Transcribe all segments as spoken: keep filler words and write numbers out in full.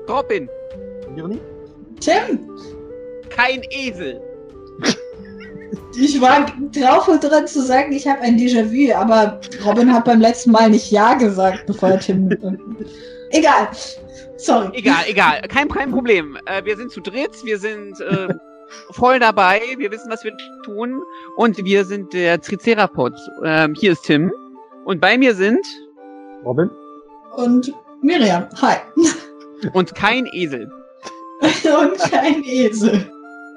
Robin. Irni? Tim. Kein Esel. Ich war drauf und dran zu sagen, ich habe ein Déjà-vu, aber Robin hat beim letzten Mal nicht Ja gesagt, bevor Tim... Egal. Sorry. Egal, egal. Kein, kein Problem. Äh, wir sind zu dritt, wir sind äh, voll dabei, wir wissen, was wir tun und wir sind der Tricerapod. Ähm, hier ist Tim und bei mir sind... Robin? Und Miriam. Hi. Und kein Esel. Und kein Esel.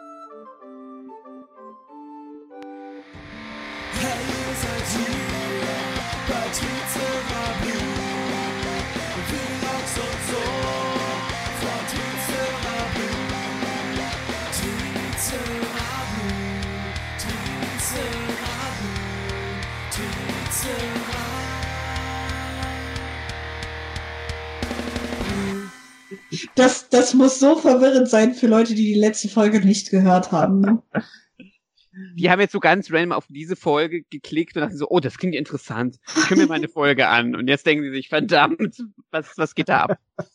Das, das muss so verwirrend sein für Leute, die die letzte Folge nicht gehört haben. Ne? Die haben jetzt so ganz random auf diese Folge geklickt und dachten so, oh, das klingt interessant. Ich höre mir mal eine Folge an. Und jetzt denken sie sich, verdammt, was, was geht da ab?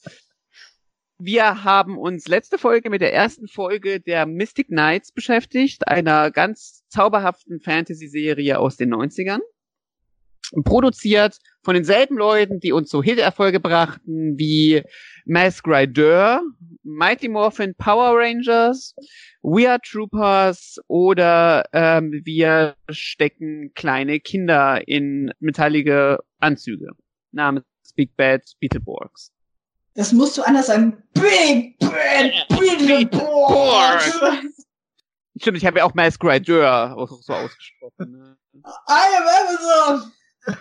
Wir haben uns letzte Folge mit der ersten Folge der Mystic Knights beschäftigt, einer ganz zauberhaften Fantasy-Serie aus den neunzigern. Produziert von denselben Leuten, die uns so Hit-Erfolge brachten, wie Mask Rider, Mighty Morphin Power Rangers, We Are Troopers oder ähm, wir stecken kleine Kinder in metallige Anzüge namens Big Bad Beetleborgs. Das musst du anders sagen. Big Bad Beetleborgs! Stimmt, ich habe ja auch Mask Rider auch so ausgesprochen. Ne? I am Amazon!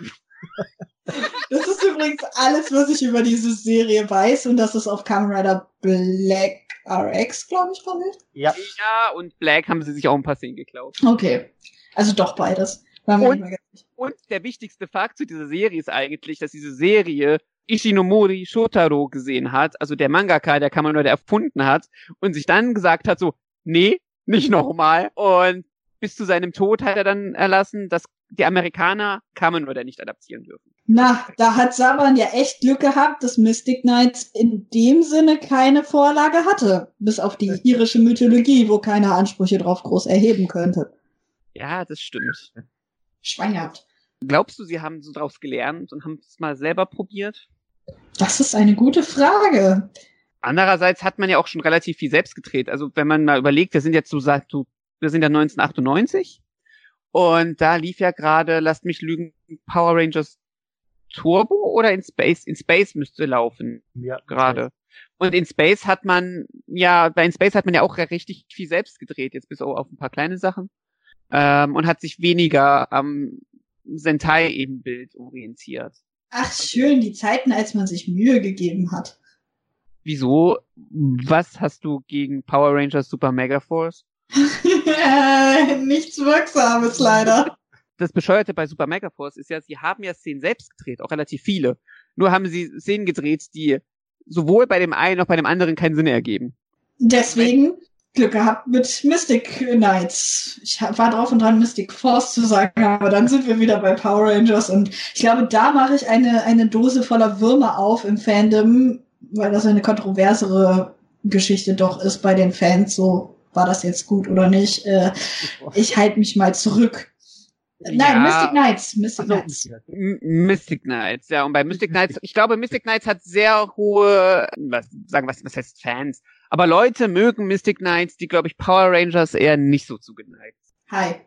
Das ist übrigens alles, was ich über diese Serie weiß und das ist auf Kamen Rider Black R X, glaube ich, basiert. Ja. Ja, und Black haben sie sich auch ein paar Szenen geklaut. Okay. Also doch beides. War mir Und, nicht mehr ganz und der wichtigste Fakt zu dieser Serie ist eigentlich, dass diese Serie Ishinomori Shotaro gesehen hat, also der Mangaka, der Kamen Rider erfunden hat und sich dann gesagt hat so, nee, nicht nochmal. Und bis zu seinem Tod hat er dann erlassen, dass die Amerikaner Kamen Rider nicht adaptieren dürfen. Na, da hat Saban ja echt Glück gehabt, dass Mystic Knights in dem Sinne keine Vorlage hatte. Bis auf die irische Mythologie, wo keiner Ansprüche drauf groß erheben könnte. Ja, das stimmt. Schwein gehabt. Glaubst du, sie haben so draus gelernt und haben es mal selber probiert? Das ist eine gute Frage. Andererseits hat man ja auch schon relativ viel selbst gedreht. Also wenn man mal überlegt, wir sind jetzt so, so wir sind ja neunzehnhundertachtundneunzig und da lief ja gerade, lasst mich lügen, Power Rangers Turbo oder in Space? In Space müsste laufen. Ja. Gerade. Und in Space hat man, ja, bei in Space hat man ja auch richtig viel selbst gedreht, jetzt bis auf ein paar kleine Sachen. Ähm, und hat sich weniger am Sentai-Ebenbild orientiert. Ach schön, die Zeiten, als man sich Mühe gegeben hat. Wieso? Was hast du gegen Power Rangers Super Mega Force? Nichts Wirksames leider. Das Bescheuerte bei Super Mega Force ist ja, sie haben ja Szenen selbst gedreht, auch relativ viele. Nur haben sie Szenen gedreht, die sowohl bei dem einen noch bei dem anderen keinen Sinn ergeben. Deswegen Glück gehabt mit Mystic Knights. Ich war drauf und dran, Mystic Force zu sagen, aber dann sind wir wieder bei Power Rangers und ich glaube, da mache ich eine, eine Dose voller Würmer auf im Fandom, weil das eine kontroversere Geschichte doch ist bei den Fans, so war das jetzt gut oder nicht. Äh, ich halte mich mal zurück. Nein, Ja. Mystic Knights, Mystic Ach so, Knights. M- Mystic Knights, ja, und bei Mystic Knights, ich glaube, Mystic Knights hat sehr hohe, was sagen was, was heißt Fans, aber Leute mögen Mystic Knights, die, glaube ich, Power Rangers eher nicht so zugeneigt. Hi.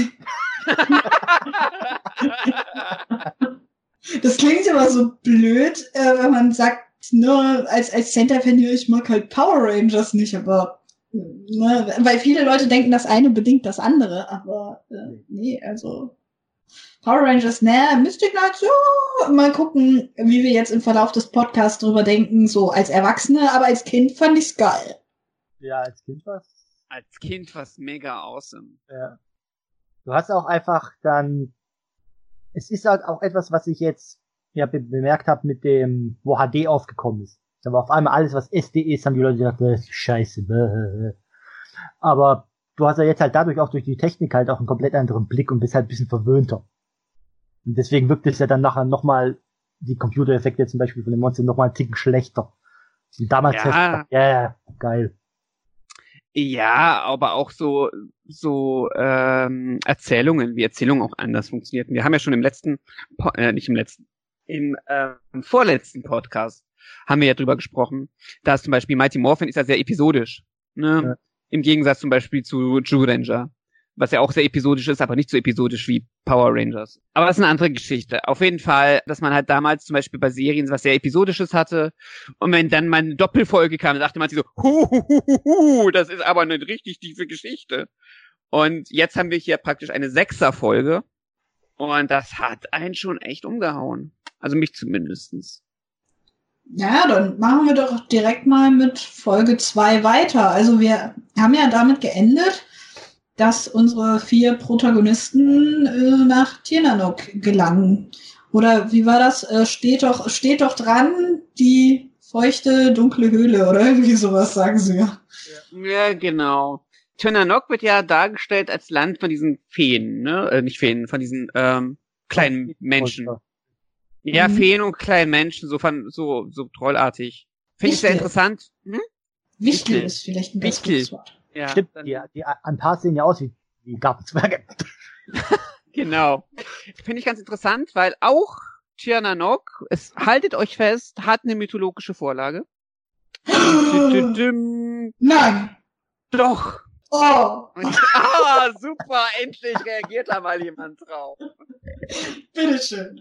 Das klingt immer so blöd, äh, wenn man sagt, nur als, als Center-Fan, ja, ich mag halt Power Rangers nicht, aber ne, weil viele Leute denken, das eine bedingt das andere, aber äh, nee, also Power Rangers, ne, Mystic Knights, ja, mal gucken, wie wir jetzt im Verlauf des Podcasts drüber denken, so als Erwachsene, aber als Kind fand ich's geil. Ja, als Kind was. Als Kind war's mega awesome. Ja. Du hast auch einfach dann, es ist halt auch etwas, was ich jetzt ja be- bemerkt habe mit dem, wo H D aufgekommen ist. Da war auf einmal alles, was S D ist, haben die Leute gedacht, das ist scheiße. Bäh. Aber du hast ja jetzt halt dadurch auch durch die Technik halt auch einen komplett anderen Blick und bist halt ein bisschen verwöhnter. Und deswegen wirkt es ja dann nachher nochmal, die Computereffekte zum Beispiel von den Monstern nochmal einen Ticken schlechter. Damals Ja. fest. Ja, ja, geil. Ja, aber auch so so ähm, Erzählungen, wie Erzählungen auch anders funktionierten. Wir haben ja schon im letzten, Po- äh, nicht im letzten, im, äh, im vorletzten Podcast haben wir ja drüber gesprochen, dass zum Beispiel Mighty Morphin ist ja sehr episodisch, ne? Ja. Im Gegensatz zum Beispiel zu Zyuranger, was ja auch sehr episodisch ist, aber nicht so episodisch wie Power Rangers. Aber das ist eine andere Geschichte. Auf jeden Fall, dass man halt damals zum Beispiel bei Serien was sehr Episodisches hatte und wenn dann mal eine Doppelfolge kam, dann dachte man sich so, hu, hu, hu, hu, hu, das ist aber eine richtig tiefe Geschichte. Und jetzt haben wir hier praktisch eine Sechser-Folge und das hat einen schon echt umgehauen. Also mich zumindestens. Ja, dann machen wir doch direkt mal mit Folge zwei weiter. Also wir haben ja damit geendet, dass unsere vier Protagonisten äh, nach Tirnanok gelangen. Oder wie war das? Äh, steht doch, steht doch dran, die feuchte, dunkle Höhle oder irgendwie sowas, sagen sie ja. Ja, genau. Tirnanok wird ja dargestellt als Land von diesen Feen, ne? Äh, nicht Feen, von diesen ähm, kleinen Menschen. Ja, Mhm. Feen und kleinen Menschen, so von, so, so trollartig. Finde ich sehr Wichtel. interessant. Hm? Wichtel Wichtel. ist vielleicht ein Wichtel. besseres Wort. Ja, Stimmt, dann- die, die, ein paar sehen ja aus wie, wie Gartenzwerge. Genau. Finde ich ganz interessant, weil auch Tirnanok, es haltet euch fest, hat eine mythologische Vorlage. Düm, Nein! Doch. Oh, Und, ah, super, endlich reagiert da mal jemand drauf. bitteschön.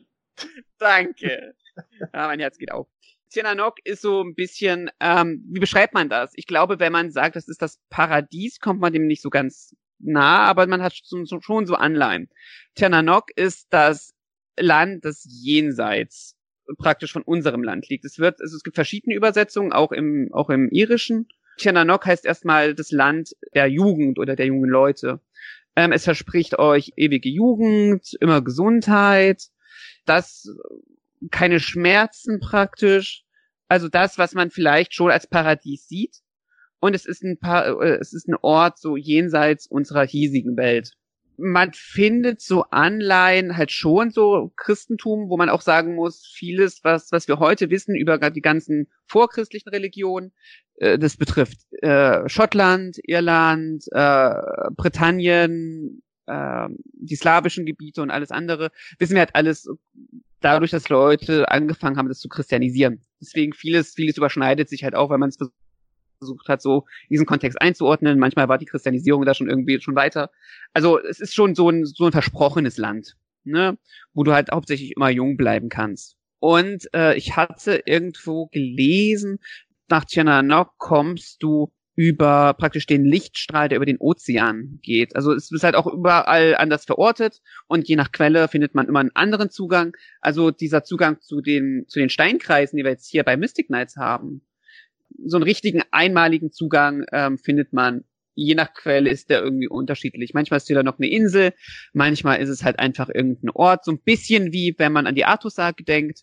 Danke. Ja, mein Herz geht auf. Tirnanok ist so ein bisschen, ähm, wie beschreibt man das? Ich glaube, wenn man sagt, das ist das Paradies, kommt man dem nicht so ganz nah, aber man hat so, so, schon so Anleihen. Tirnanok ist das Land, das jenseits praktisch von unserem Land liegt. Es wird, also es gibt verschiedene Übersetzungen, auch im, auch im Irischen. Tirnanok heißt erstmal das Land der Jugend oder der jungen Leute. Ähm, es verspricht euch ewige Jugend, immer Gesundheit, das, keine Schmerzen praktisch. Also das, was man vielleicht schon als Paradies sieht. Und es ist ein paar, äh, es ist ein Ort so jenseits unserer hiesigen Welt. Man findet so Anleihen halt schon so Christentum, wo man auch sagen muss, vieles, was, was wir heute wissen über die ganzen vorchristlichen Religionen, äh, das betrifft äh, Schottland, Irland, äh, Britannien, äh, die slawischen Gebiete und alles andere, wissen wir halt alles dadurch, dass Leute angefangen haben, das zu christianisieren. Deswegen vieles, vieles überschneidet sich halt auch, weil man es versucht hat, so in diesen Kontext einzuordnen. Manchmal war die Christianisierung da schon irgendwie schon weiter. Also es ist schon so ein, so ein versprochenes Land, ne, wo du halt hauptsächlich immer jung bleiben kannst. Und äh, ich hatte irgendwo gelesen, nach Tirnanok kommst du über praktisch den Lichtstrahl, der über den Ozean geht. Also es ist halt auch überall anders verortet und je nach Quelle findet man immer einen anderen Zugang. Also dieser Zugang zu den, zu den Steinkreisen, die wir jetzt hier bei Mystic Knights haben, so einen richtigen einmaligen Zugang ähm, findet man. Je nach Quelle ist der irgendwie unterschiedlich. Manchmal ist hier noch eine Insel, manchmal ist es halt einfach irgendein Ort. So ein bisschen wie, wenn man an die Artussage denkt,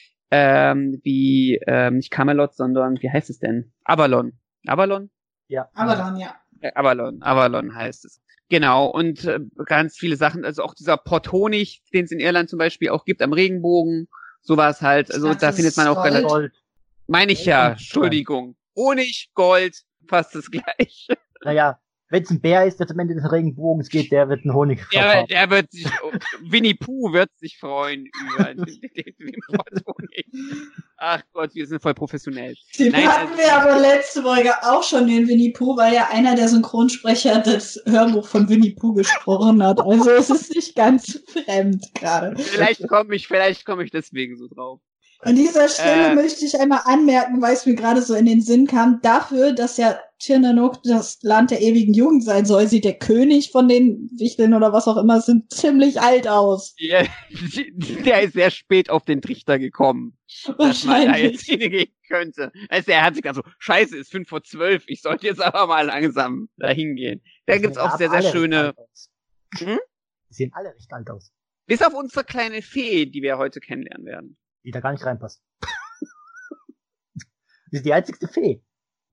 ähm, wie, ähm, nicht Camelot, sondern, wie heißt es denn? Avalon. Avalon? Ja. Aber dann, ja. Äh, Avalon, Avalon heißt es. Genau, und äh, ganz viele Sachen, also auch dieser Port Honig, den es in Irland zum Beispiel auch gibt, am Regenbogen, sowas halt, also Ich dachte, da das findet man ist auch Gold. relativ, Gold. meine ich ja, Entschuldigung, Honig, Gold, fast das Gleiche. Naja, wenn es ein Bär ist, der zum Ende des Regenbogens geht, der wird ein Honig Der, verkaufen. der wird sich, Winnie Pooh wird sich freuen über den, den, den Port Honig. Ach Gott, wir sind voll professionell. Den Nein, hatten also- wir aber letzte Folge auch schon, den Winnie Pooh, weil ja einer der Synchronsprecher das Hörbuch von Winnie Pooh gesprochen hat. Also es ist nicht ganz fremd gerade. Vielleicht komme ich, vielleicht komme ich deswegen so drauf. An dieser Stelle Äh. möchte ich einmal anmerken, weil es mir gerade so in den Sinn kam, dafür, dass ja Tirnanok das Land der ewigen Jugend sein soll, sieht der König von den Wichteln oder was auch immer sind ziemlich alt aus. Der, der ist sehr spät auf den Trichter gekommen, dass man da jetzt Wahrscheinlich. hingehen könnte. Also er hat sich gedacht so, scheiße, ist fünf vor zwölf, ich sollte jetzt aber mal langsam da hingehen. Da gibt's auch sehr, sehr schöne, Hm? Die sehen alle recht alt aus. bis auf unsere kleine Fee, die wir heute kennenlernen werden. Die da gar nicht reinpasst. Die ist die einzigste Fee.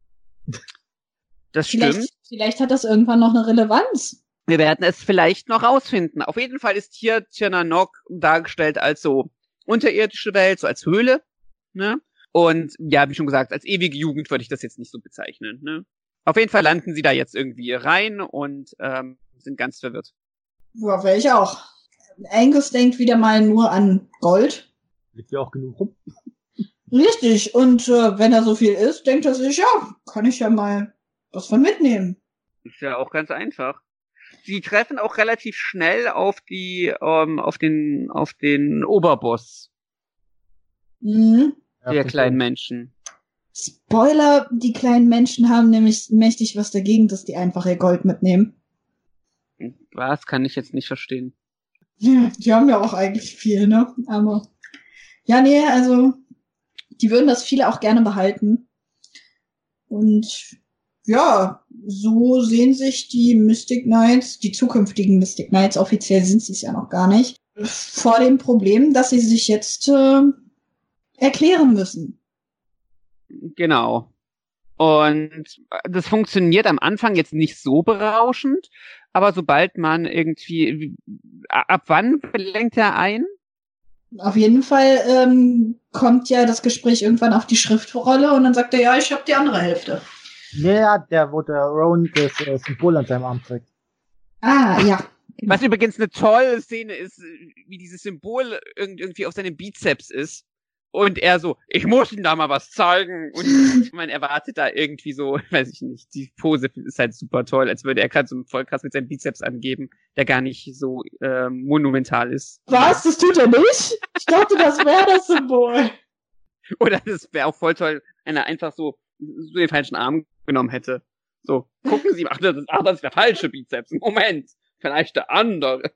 Das stimmt. Vielleicht, vielleicht hat das irgendwann noch eine Relevanz. Wir werden es vielleicht noch rausfinden. Auf jeden Fall ist hier Tirnanok dargestellt als so unterirdische Welt, so als Höhle, ne? Und ja, wie schon gesagt, als ewige Jugend würde ich das jetzt nicht so bezeichnen. Ne? Auf jeden Fall landen sie da jetzt irgendwie rein und ähm, sind ganz verwirrt. Ja, wäre ich auch. Angus denkt wieder mal nur an Gold. Liegt ja auch genug rum. Richtig, und äh, wenn er so viel isst, denkt er sich, ja, kann ich ja mal was von mitnehmen. Ist ja auch ganz einfach. Sie treffen auch relativ schnell auf die, ähm, auf den, auf den Oberboss Mhm. der Ja, kleinen Menschen. Spoiler, die kleinen Menschen haben nämlich mächtig was dagegen, dass die einfach ihr Gold mitnehmen. Was? Kann ich jetzt nicht verstehen. Ja, die haben ja auch eigentlich viel, ne? Aber ja, nee, also die würden das viele auch gerne behalten. Und ja, so sehen sich die Mystic Knights, die zukünftigen Mystic Knights, offiziell sind sie es ja noch gar nicht, vor dem Problem, dass sie sich jetzt äh, erklären müssen. Genau. Und das funktioniert am Anfang jetzt nicht so berauschend, aber sobald man irgendwie, ab wann lenkt er ein? Auf jeden Fall ähm, kommt ja das Gespräch irgendwann auf die Schriftrolle und dann sagt er, ja, ich habe die andere Hälfte. Ja, der, wo der Rowan das äh, Symbol an seinem Arm trägt. Ah, ja. Was übrigens eine tolle Szene ist, wie dieses Symbol irgendwie auf seinem Bizeps ist. Und er so, ich muss ihm da mal was zeigen. Und man erwartet da irgendwie so, weiß ich nicht, die Pose ist halt super toll, als würde er gerade so voll krass mit seinem Bizeps angeben, der gar nicht so ähm, monumental ist. Was? Das tut er nicht? Ich dachte, das wäre das Symbol. Oder das wäre auch voll toll, wenn er einfach so, so den falschen Arm genommen hätte. So, gucken Sie, ach, das ist, ach, das ist der falsche Bizeps. Moment, vielleicht der andere.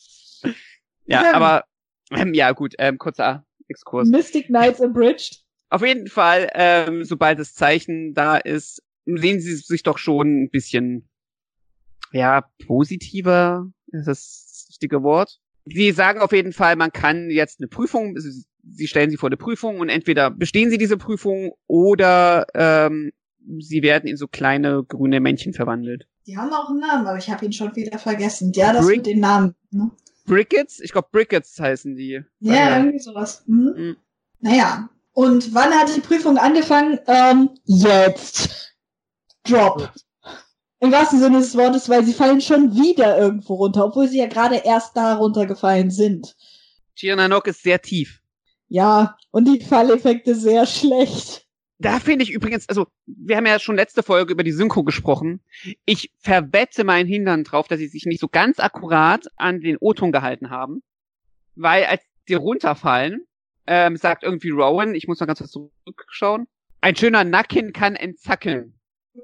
Ja, Ja. aber, ähm, ja gut, ähm, kurzer Exkurs. Mystic Knights Abridged. Auf jeden Fall, ähm, sobald das Zeichen da ist, sehen sie sich doch schon ein bisschen, ja, positiver, ist das das richtige Wort. Sie sagen auf jeden Fall, man kann jetzt eine Prüfung, also sie stellen sie vor eine Prüfung und entweder bestehen sie diese Prüfung oder ähm, sie werden in so kleine grüne Männchen verwandelt. Die haben auch einen Namen, aber ich habe ihn schon wieder vergessen. Ja, das Brick- mit den Namen. Ne? Brickets? Ich glaube, Brickets heißen die. Ja, irgendwie sowas. Mhm. Mhm. Naja. Und wann hat die Prüfung angefangen? Ähm, jetzt. Drop. Im wahrsten Sinne des Wortes, weil sie fallen schon wieder irgendwo runter, obwohl sie ja gerade erst da runtergefallen sind. Chirananok ist sehr tief. Ja, und die Falleffekte sehr schlecht. Da finde ich übrigens, also wir haben ja schon letzte Folge über die Synchro gesprochen. Ich verwette meinen Hintern drauf, dass sie sich nicht so ganz akkurat an den O-Ton gehalten haben. Weil als sie runterfallen, ähm, sagt irgendwie Rowan, ich muss mal ganz kurz zurückschauen, ein schöner Nacken kann entzackeln.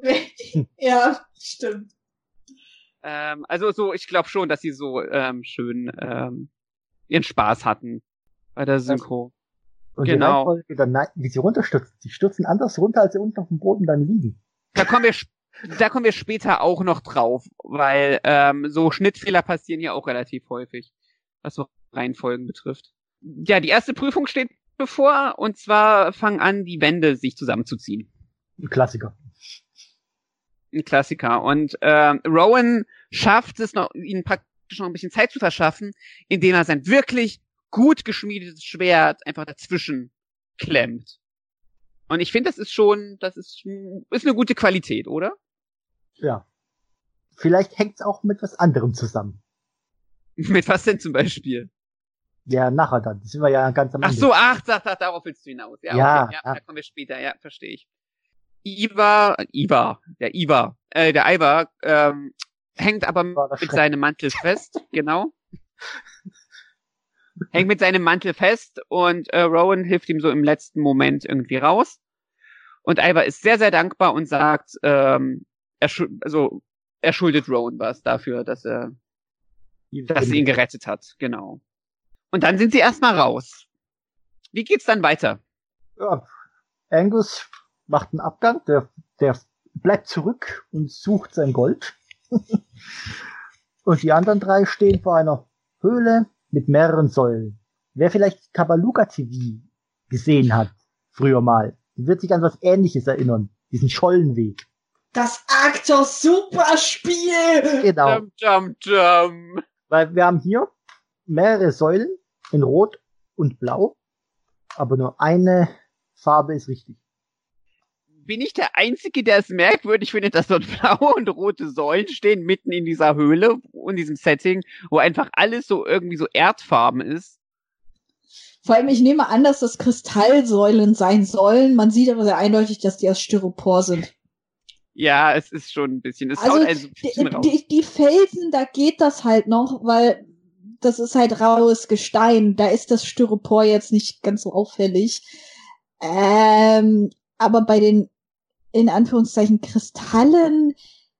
Ja, stimmt. Ähm, also so, ich glaube schon, dass sie so ähm, schön ähm, ihren Spaß hatten bei der Synchro. Und Genau. die Reihenfolge danach, wie sie runterstürzen. Sie stürzen anders runter, als sie unten auf dem Boden dann liegen. Da kommen wir, sp- da kommen wir später auch noch drauf, weil ähm, so Schnittfehler passieren ja auch relativ häufig, was so Reihenfolgen betrifft. Ja, die erste Prüfung steht bevor, und zwar fangen an, die Wände sich zusammenzuziehen. Ein Klassiker. Ein Klassiker. Und äh, Rowan schafft es noch, ihnen praktisch noch ein bisschen Zeit zu verschaffen, indem er sein wirklich gut geschmiedetes Schwert einfach dazwischen klemmt. Und ich finde, das ist schon, das ist, ist eine gute Qualität, oder? Ja. Vielleicht hängt's auch mit was anderem zusammen. Mit was denn zum Beispiel? Ja, nachher dann. Das sind wir ja ganz am Ach Ende. so, ach, ach, ach, darauf willst du hinaus. Ja, Ja, okay, ja, ja. da kommen wir später, ja, verstehe ich. Ivar, Ivar, der Ivar, äh, der Ivar, ähm, hängt aber War das mit Schreck. seinem Mantel fest, genau. Hängt mit seinem Mantel fest und äh, Rowan hilft ihm so im letzten Moment irgendwie raus. Und Ivar ist sehr, sehr dankbar und sagt, ähm, er, schu- also, er schuldet Rowan was dafür, dass er, dass sie ihn gerettet hat, genau. Und dann sind sie erstmal raus. Wie geht's dann weiter? Ja. Angus macht einen Abgang, der, der bleibt zurück und sucht sein Gold. Und die anderen drei stehen vor einer Höhle mit mehreren Säulen. Wer vielleicht Tabaluga T V gesehen hat, früher mal, wird sich an was Ähnliches erinnern. Diesen Schollenweg. Das Arctos Superspiel! Genau. Dum, dum, dum. Weil wir haben hier mehrere Säulen in Rot und Blau, aber nur eine Farbe ist richtig. Bin ich der Einzige, der es merkwürdig findet, dass dort blaue und rote Säulen stehen, mitten in dieser Höhle, in diesem Setting, wo einfach alles so irgendwie so Erdfarben ist? Vor allem, ich nehme an, dass das Kristallsäulen sein sollen. Man sieht aber sehr eindeutig, dass die aus Styropor sind. Ja, es ist schon ein bisschen, es also haut also ein bisschen die, raus. Die, die Felsen, da geht das halt noch, weil das ist halt raues Gestein. Da ist das Styropor jetzt nicht ganz so auffällig. Ähm, aber bei den, in Anführungszeichen, Kristallen,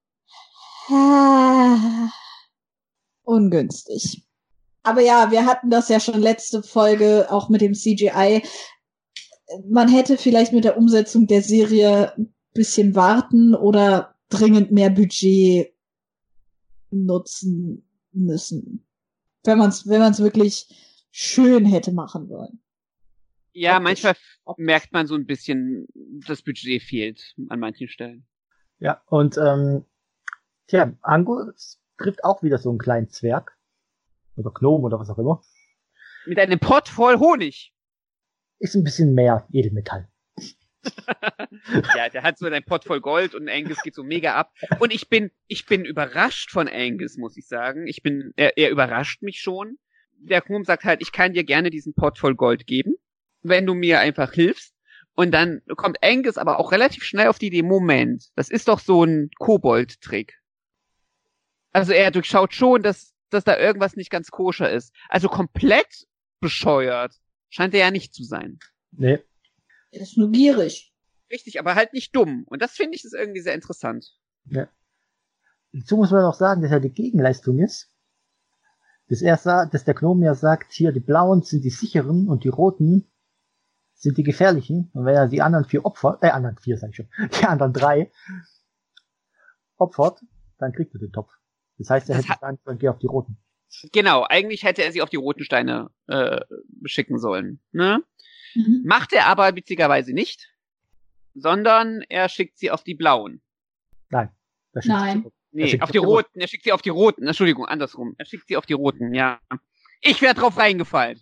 äh, ungünstig. Aber ja, wir hatten das ja schon letzte Folge auch mit dem C G I. Man hätte vielleicht mit der Umsetzung der Serie ein bisschen warten oder dringend mehr Budget nutzen müssen. Wenn man es wenn man's wirklich schön hätte machen wollen. Ja, Optisch. manchmal merkt man so ein bisschen, das Budget fehlt an manchen Stellen. Ja, und ähm, tja, Angus trifft auch wieder so einen kleinen Zwerg. Oder Gnom oder was auch immer. Mit einem Pott voll Honig. Ist ein bisschen mehr Edelmetall. Ja, der hat so einen Pott voll Gold und Angus geht so mega ab. Und ich bin, ich bin überrascht von Angus, muss ich sagen. Ich bin, er, er überrascht mich schon. Der Gnom sagt halt, ich kann dir gerne diesen Pott voll Gold geben, wenn du mir einfach hilfst. Und dann kommt Angus aber auch relativ schnell auf die Idee, Moment, das ist doch so ein Kobold-Trick. Also er durchschaut schon, dass dass da irgendwas nicht ganz koscher ist. Also komplett bescheuert scheint er ja nicht zu sein. Nee. Er ist nur gierig. Richtig, aber halt nicht dumm. Und das finde ich ist irgendwie sehr interessant. Ja. Dazu muss man auch sagen, dass ja die Gegenleistung ist, dass er sagt, dass der Gnome ja sagt, hier die blauen sind die sicheren und die roten sind die gefährlichen. Und wenn er die anderen vier opfert, äh, anderen vier sag ich schon, die anderen drei opfert, dann kriegt er den Topf. Das heißt, er das hätte sagen sollen, geh auf die roten. Genau, eigentlich hätte er sie auf die roten Steine äh, schicken sollen. Ne? Mhm. Macht er aber witzigerweise nicht, sondern er schickt sie auf die blauen. Nein. Er schickt Nein. Nee, auf die roten. Er schickt sie auf die roten. Entschuldigung, andersrum. Er schickt sie auf die roten, ja. Ich wäre drauf reingefallen.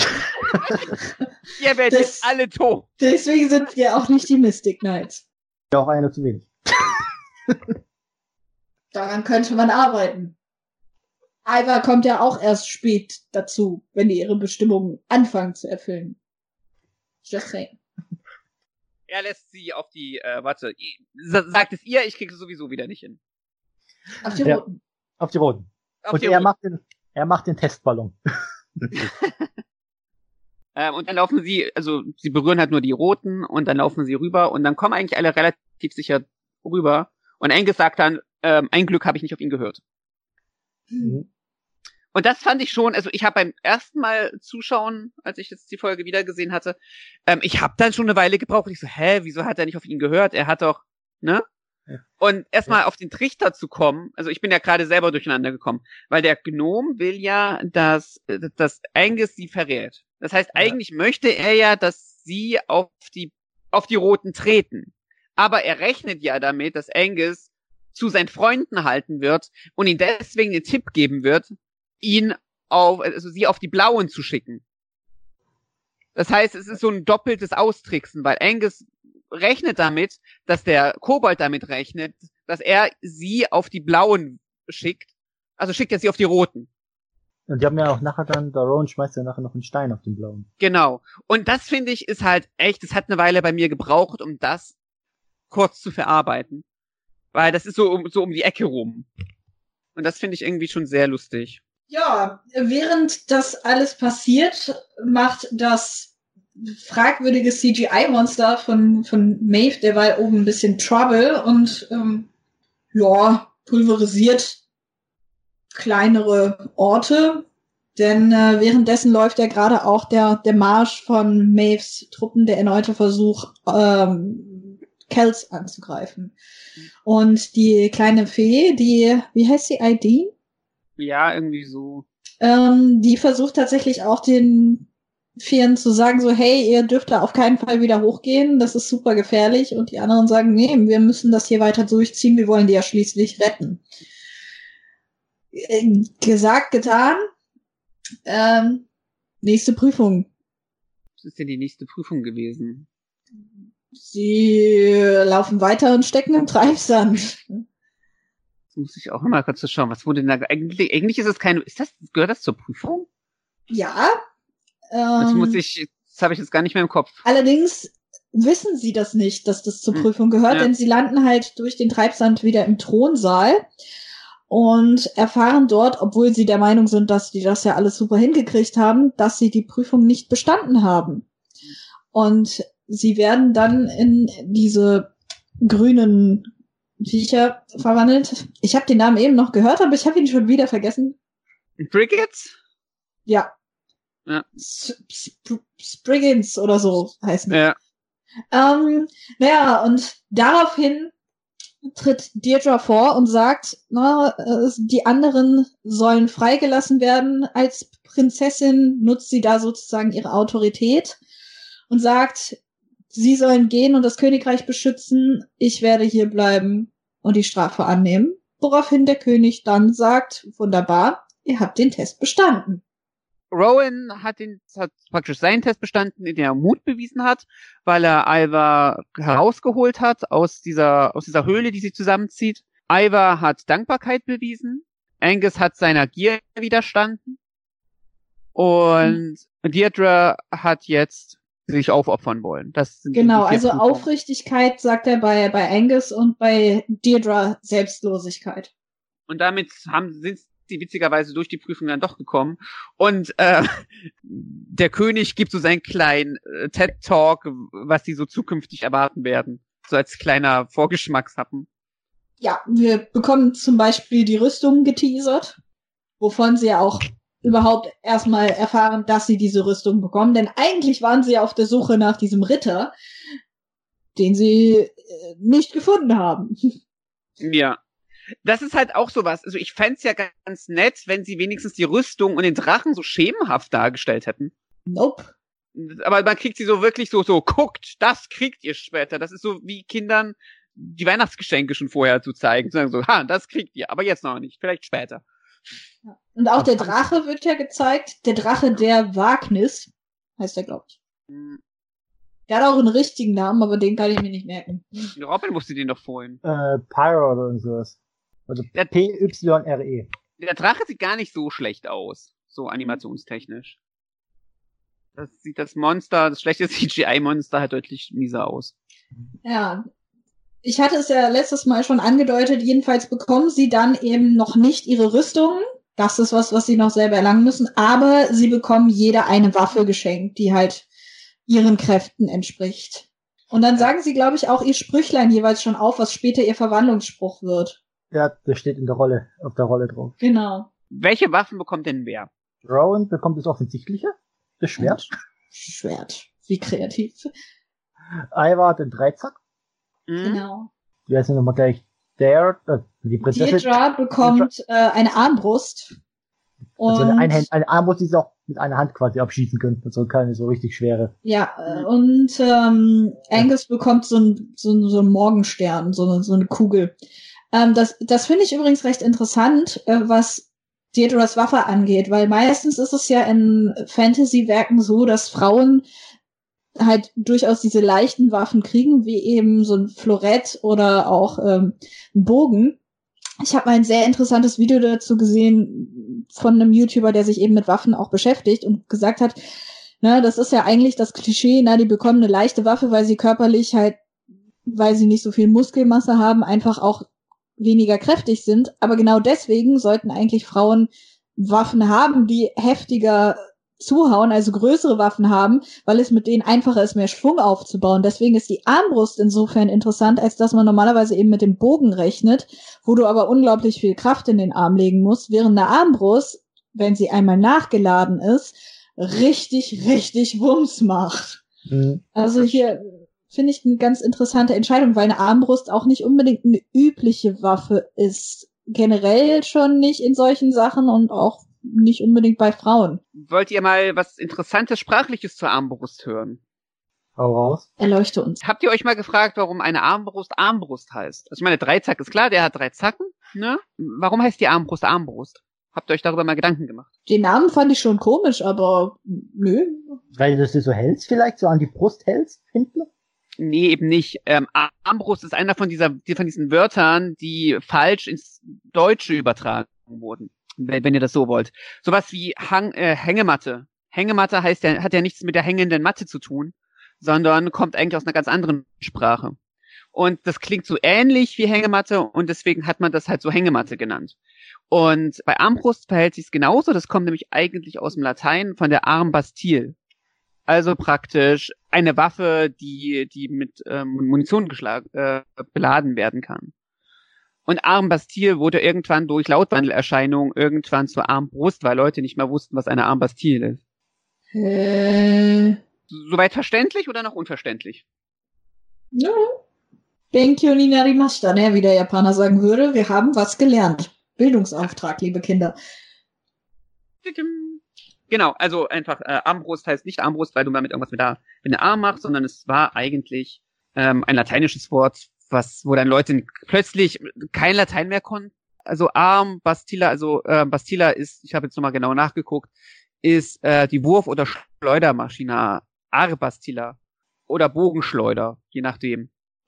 Ihr werdet jetzt alle tot. Deswegen sind wir auch nicht die Mystic Knights. Ja, auch einer zu wenig. Daran könnte man arbeiten. Ivar kommt ja auch erst spät dazu, wenn die ihre Bestimmungen anfangen zu erfüllen. Just saying. Er lässt sie auf die, äh, warte, sagt es ihr, ich kriege es sowieso wieder nicht hin. Auf die ja, roten. Auf die roten. Auf und die er roten. macht den, er macht den Testballon. ähm, und dann laufen sie, also sie berühren halt nur die roten und dann laufen sie rüber und dann kommen eigentlich alle relativ sicher rüber. Und Angus sagt dann, ähm, ein Glück habe ich nicht auf ihn gehört. Mhm. Und das fand ich schon, also ich habe beim ersten Mal zuschauen, als ich jetzt die Folge wieder gesehen hatte, ähm, ich habe dann schon eine Weile gebraucht. Ich so, hä, wieso hat er nicht auf ihn gehört? Er hat doch, ne? Ja. Und erstmal ja. auf den Trichter zu kommen, also ich bin ja gerade selber durcheinander gekommen, weil der Gnom will ja, dass, dass Angus sie verrät. Das heißt, ja. eigentlich möchte er ja, dass sie auf die, auf die Roten treten. Aber er rechnet ja damit, dass Angus zu seinen Freunden halten wird und ihm deswegen den Tipp geben wird, ihn auf, also sie auf die Blauen zu schicken. Das heißt, es ist so ein doppeltes Austricksen, weil Angus rechnet damit, dass der Kobold damit rechnet, dass er sie auf die Blauen schickt. Also schickt er sie auf die Roten. Und die haben ja auch nachher dann, der Rowan schmeißt ja nachher noch einen Stein auf den Blauen. Genau. Und das finde ich ist halt echt, es hat eine Weile bei mir gebraucht, um das kurz zu verarbeiten. Weil das ist so um, so um die Ecke rum. Und das finde ich irgendwie schon sehr lustig. Ja, während das alles passiert, macht das fragwürdige C G I-Monster von, von Maeve derweil oben ein bisschen Trouble und ähm, ja, pulverisiert kleinere Orte. Denn äh, währenddessen läuft ja gerade auch der, der Marsch von Maeves Truppen, der erneute Versuch, ähm, Kells anzugreifen. Und die kleine Fee, die, wie heißt sie, I D? Ja, irgendwie so. Ähm, die versucht tatsächlich auch den Vieren zu sagen, so, hey, ihr dürft da auf keinen Fall wieder hochgehen, das ist super gefährlich. Und die anderen sagen, nee, wir müssen das hier weiter durchziehen, wir wollen die ja schließlich retten. Äh, gesagt, getan. Ähm, nächste Prüfung. Was ist denn die nächste Prüfung gewesen? Sie laufen weiter und stecken im Treibsand. Das muss ich auch mal kurz so schauen. Was wurde denn da eigentlich? Eigentlich ist es keine. Ist das, gehört das zur Prüfung? Ja. Ähm, Das muss ich, das habe ich jetzt gar nicht mehr im Kopf. Allerdings wissen sie das nicht, dass das zur Hm. Prüfung gehört, Ja. denn sie landen halt durch den Treibsand wieder im Thronsaal und erfahren dort, obwohl sie der Meinung sind, dass die das ja alles super hingekriegt haben, dass sie die Prüfung nicht bestanden haben. Und sie werden dann in diese grünen Viecher verwandelt. Ich habe den Namen eben noch gehört, aber ich habe ihn schon wieder vergessen. Brigids? Ja. Ja. S- Sp- Spriggans oder so heißen die. Ja. Ähm, naja, und daraufhin tritt Deirdre vor und sagt, na, äh, die anderen sollen freigelassen werden. Als Prinzessin nutzt sie da sozusagen ihre Autorität und sagt, sie sollen gehen und das Königreich beschützen. Ich werde hier bleiben und die Strafe annehmen. Woraufhin der König dann sagt, wunderbar, ihr habt den Test bestanden. Rowan hat den, hat praktisch seinen Test bestanden, in dem er Mut bewiesen hat, weil er Ivar herausgeholt hat aus dieser, aus dieser Höhle, die sie zusammenzieht. Ivar hat Dankbarkeit bewiesen. Angus hat seiner Gier widerstanden. Und mhm. Deirdre hat jetzt sich aufopfern wollen. Das sind genau, die vier also Prüfungen. Aufrichtigkeit sagt er bei, bei Angus und bei Deirdre Selbstlosigkeit. Und damit haben, sind sie witzigerweise durch die Prüfung dann doch gekommen. Und äh, der König gibt so seinen kleinen äh, TED-Talk, was sie so zukünftig erwarten werden. So als kleiner Vorgeschmackshappen. Ja, wir bekommen zum Beispiel die Rüstung geteasert, wovon sie ja auch überhaupt erstmal erfahren, dass sie diese Rüstung bekommen. Denn eigentlich waren sie ja auf der Suche nach diesem Ritter, den sie äh, nicht gefunden haben. Ja. Das ist halt auch sowas. Also ich fänd's ja ganz nett, wenn sie wenigstens die Rüstung und den Drachen so schemenhaft dargestellt hätten. Nope. Aber man kriegt sie so wirklich so, so, guckt, das kriegt ihr später. Das ist so wie Kindern die Weihnachtsgeschenke schon vorher zu zeigen. Zu sagen so, ha, das kriegt ihr, aber jetzt noch nicht, vielleicht später. Ja. Und auch der Drache wird ja gezeigt. Der Drache der Wagnis heißt der, glaube ich. Hm. Der hat auch einen richtigen Namen, aber den kann ich mir nicht merken. Robin wusste den doch vorhin. Äh, Pyro oder sowas. Also P Y R E. Der Drache sieht gar nicht so schlecht aus. So animationstechnisch. Das sieht das Monster, das schlechte C G I-Monster halt deutlich mieser aus. Ja. Ich hatte es ja letztes Mal schon angedeutet, jedenfalls bekommen sie dann eben noch nicht ihre Rüstungen. Das ist was, was sie noch selber erlangen müssen. Aber sie bekommen jeder eine Waffe geschenkt, die halt ihren Kräften entspricht. Und dann sagen sie, glaube ich, auch ihr Sprüchlein jeweils schon auf, was später ihr Verwandlungsspruch wird. Ja, das steht in der Rolle, auf der Rolle drauf. Genau. Welche Waffen bekommt denn wer? Rowan bekommt das Offensichtliche, das Schwert. Schwert. Wie kreativ. Ivar den Dreizack. Mhm. Genau. Wie heißt denn nochmal gleich? Der, äh, die Prinzessin. Deirdre bekommt äh, eine Armbrust. Und also eine, Einhand, eine Armbrust, die sie auch mit einer Hand quasi abschießen können. Also keine so richtig schwere. Ja, äh, und ähm, Angus ja. bekommt so ein so ein, so ein Morgenstern, so eine, so eine Kugel. Ähm, das das finde ich übrigens recht interessant, äh, was Deirdres Waffe angeht, weil meistens ist es ja in Fantasy-Werken so, dass Frauen halt durchaus diese leichten Waffen kriegen, wie eben so ein Florett oder auch ähm, ein Bogen. Ich habe mal ein sehr interessantes Video dazu gesehen von einem YouTuber, der sich eben mit Waffen auch beschäftigt und gesagt hat, ne, das ist ja eigentlich das Klischee, na, die bekommen eine leichte Waffe, weil sie körperlich halt, weil sie nicht so viel Muskelmasse haben, einfach auch weniger kräftig sind. Aber genau deswegen sollten eigentlich Frauen Waffen haben, die heftiger zuhauen, also größere Waffen haben, weil es mit denen einfacher ist, mehr Schwung aufzubauen. Deswegen ist die Armbrust insofern interessant, als dass man normalerweise eben mit dem Bogen rechnet, wo du aber unglaublich viel Kraft in den Arm legen musst, während eine Armbrust, wenn sie einmal nachgeladen ist, richtig, richtig Wumms macht. Mhm. Also hier finde ich eine ganz interessante Entscheidung, weil eine Armbrust auch nicht unbedingt eine übliche Waffe ist. Generell schon nicht in solchen Sachen und auch nicht unbedingt bei Frauen. Wollt ihr mal was Interessantes Sprachliches zur Armbrust hören? Hau raus. Erleuchte uns. Habt ihr euch mal gefragt, warum eine Armbrust Armbrust heißt? Also ich meine, Dreizack ist klar, der hat drei Zacken, ne? Warum heißt die Armbrust Armbrust? Habt ihr euch darüber mal Gedanken gemacht? Den Namen fand ich schon komisch, aber nö. Weil du das so hältst vielleicht, so an die Brust hältst, hinten? Nee, eben nicht. Ähm, Armbrust ist einer von dieser, von diesen Wörtern, die falsch ins Deutsche übertragen wurden, wenn, wenn ihr das so wollt. Sowas wie Hang, äh, Hängematte. Hängematte heißt ja, hat ja nichts mit der hängenden Matte zu tun, sondern kommt eigentlich aus einer ganz anderen Sprache. Und das klingt so ähnlich wie Hängematte und deswegen hat man das halt so Hängematte genannt. Und bei Armbrust verhält sich es genauso. Das kommt nämlich eigentlich aus dem Latein von der Armbatille. Also praktisch eine Waffe, die die mit ähm, Munition geschlagen, äh, beladen werden kann. Und Armbatille wurde irgendwann durch Lautwandelerscheinungen irgendwann zur Armbrust, weil Leute nicht mehr wussten, was eine Armbatille ist. Äh. Soweit verständlich oder noch unverständlich? Ja. Benkyo ni narimashita, ne, wie der Japaner sagen würde. Wir haben was gelernt. Bildungsauftrag, liebe Kinder. Genau, also einfach äh, Armbrust heißt nicht Armbrust, weil du damit irgendwas mit der mit dem Arm machst, sondern es war eigentlich ähm, ein lateinisches Wort, was wo dann Leute plötzlich kein Latein mehr konnten. Also Arm, Bastilla, also äh, Bastilla ist, ich habe jetzt nochmal genau nachgeguckt, ist äh, die Wurf- oder Schleudermaschine, Arbastilla oder Bogenschleuder, je nachdem.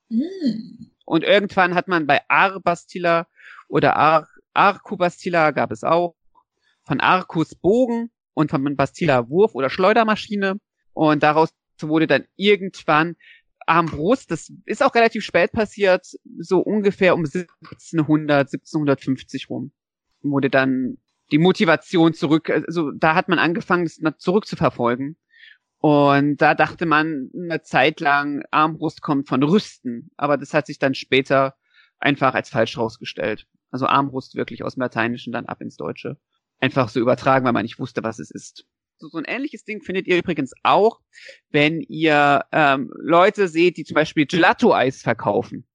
Mm. Und irgendwann hat man bei Arbastilla oder Ar Arcubastilla gab es auch von Arcus Bogen und von Bastilla Wurf- oder Schleudermaschine. Und daraus wurde dann irgendwann Armbrust, das ist auch relativ spät passiert, so ungefähr um siebzehnhundert, siebzehnhundertfünfzig rum. Wurde dann die Motivation zurück, also da hat man angefangen, das zurück zu verfolgen. Und da dachte man eine Zeit lang, Armbrust kommt von Rüsten. Aber das hat sich dann später einfach als falsch rausgestellt. Also Armbrust wirklich aus dem Lateinischen dann ab ins Deutsche. Einfach so übertragen, weil man nicht wusste, was es ist. So, so ein ähnliches Ding findet ihr übrigens auch, wenn ihr ähm, Leute seht, die zum Beispiel Gelato-Eis verkaufen.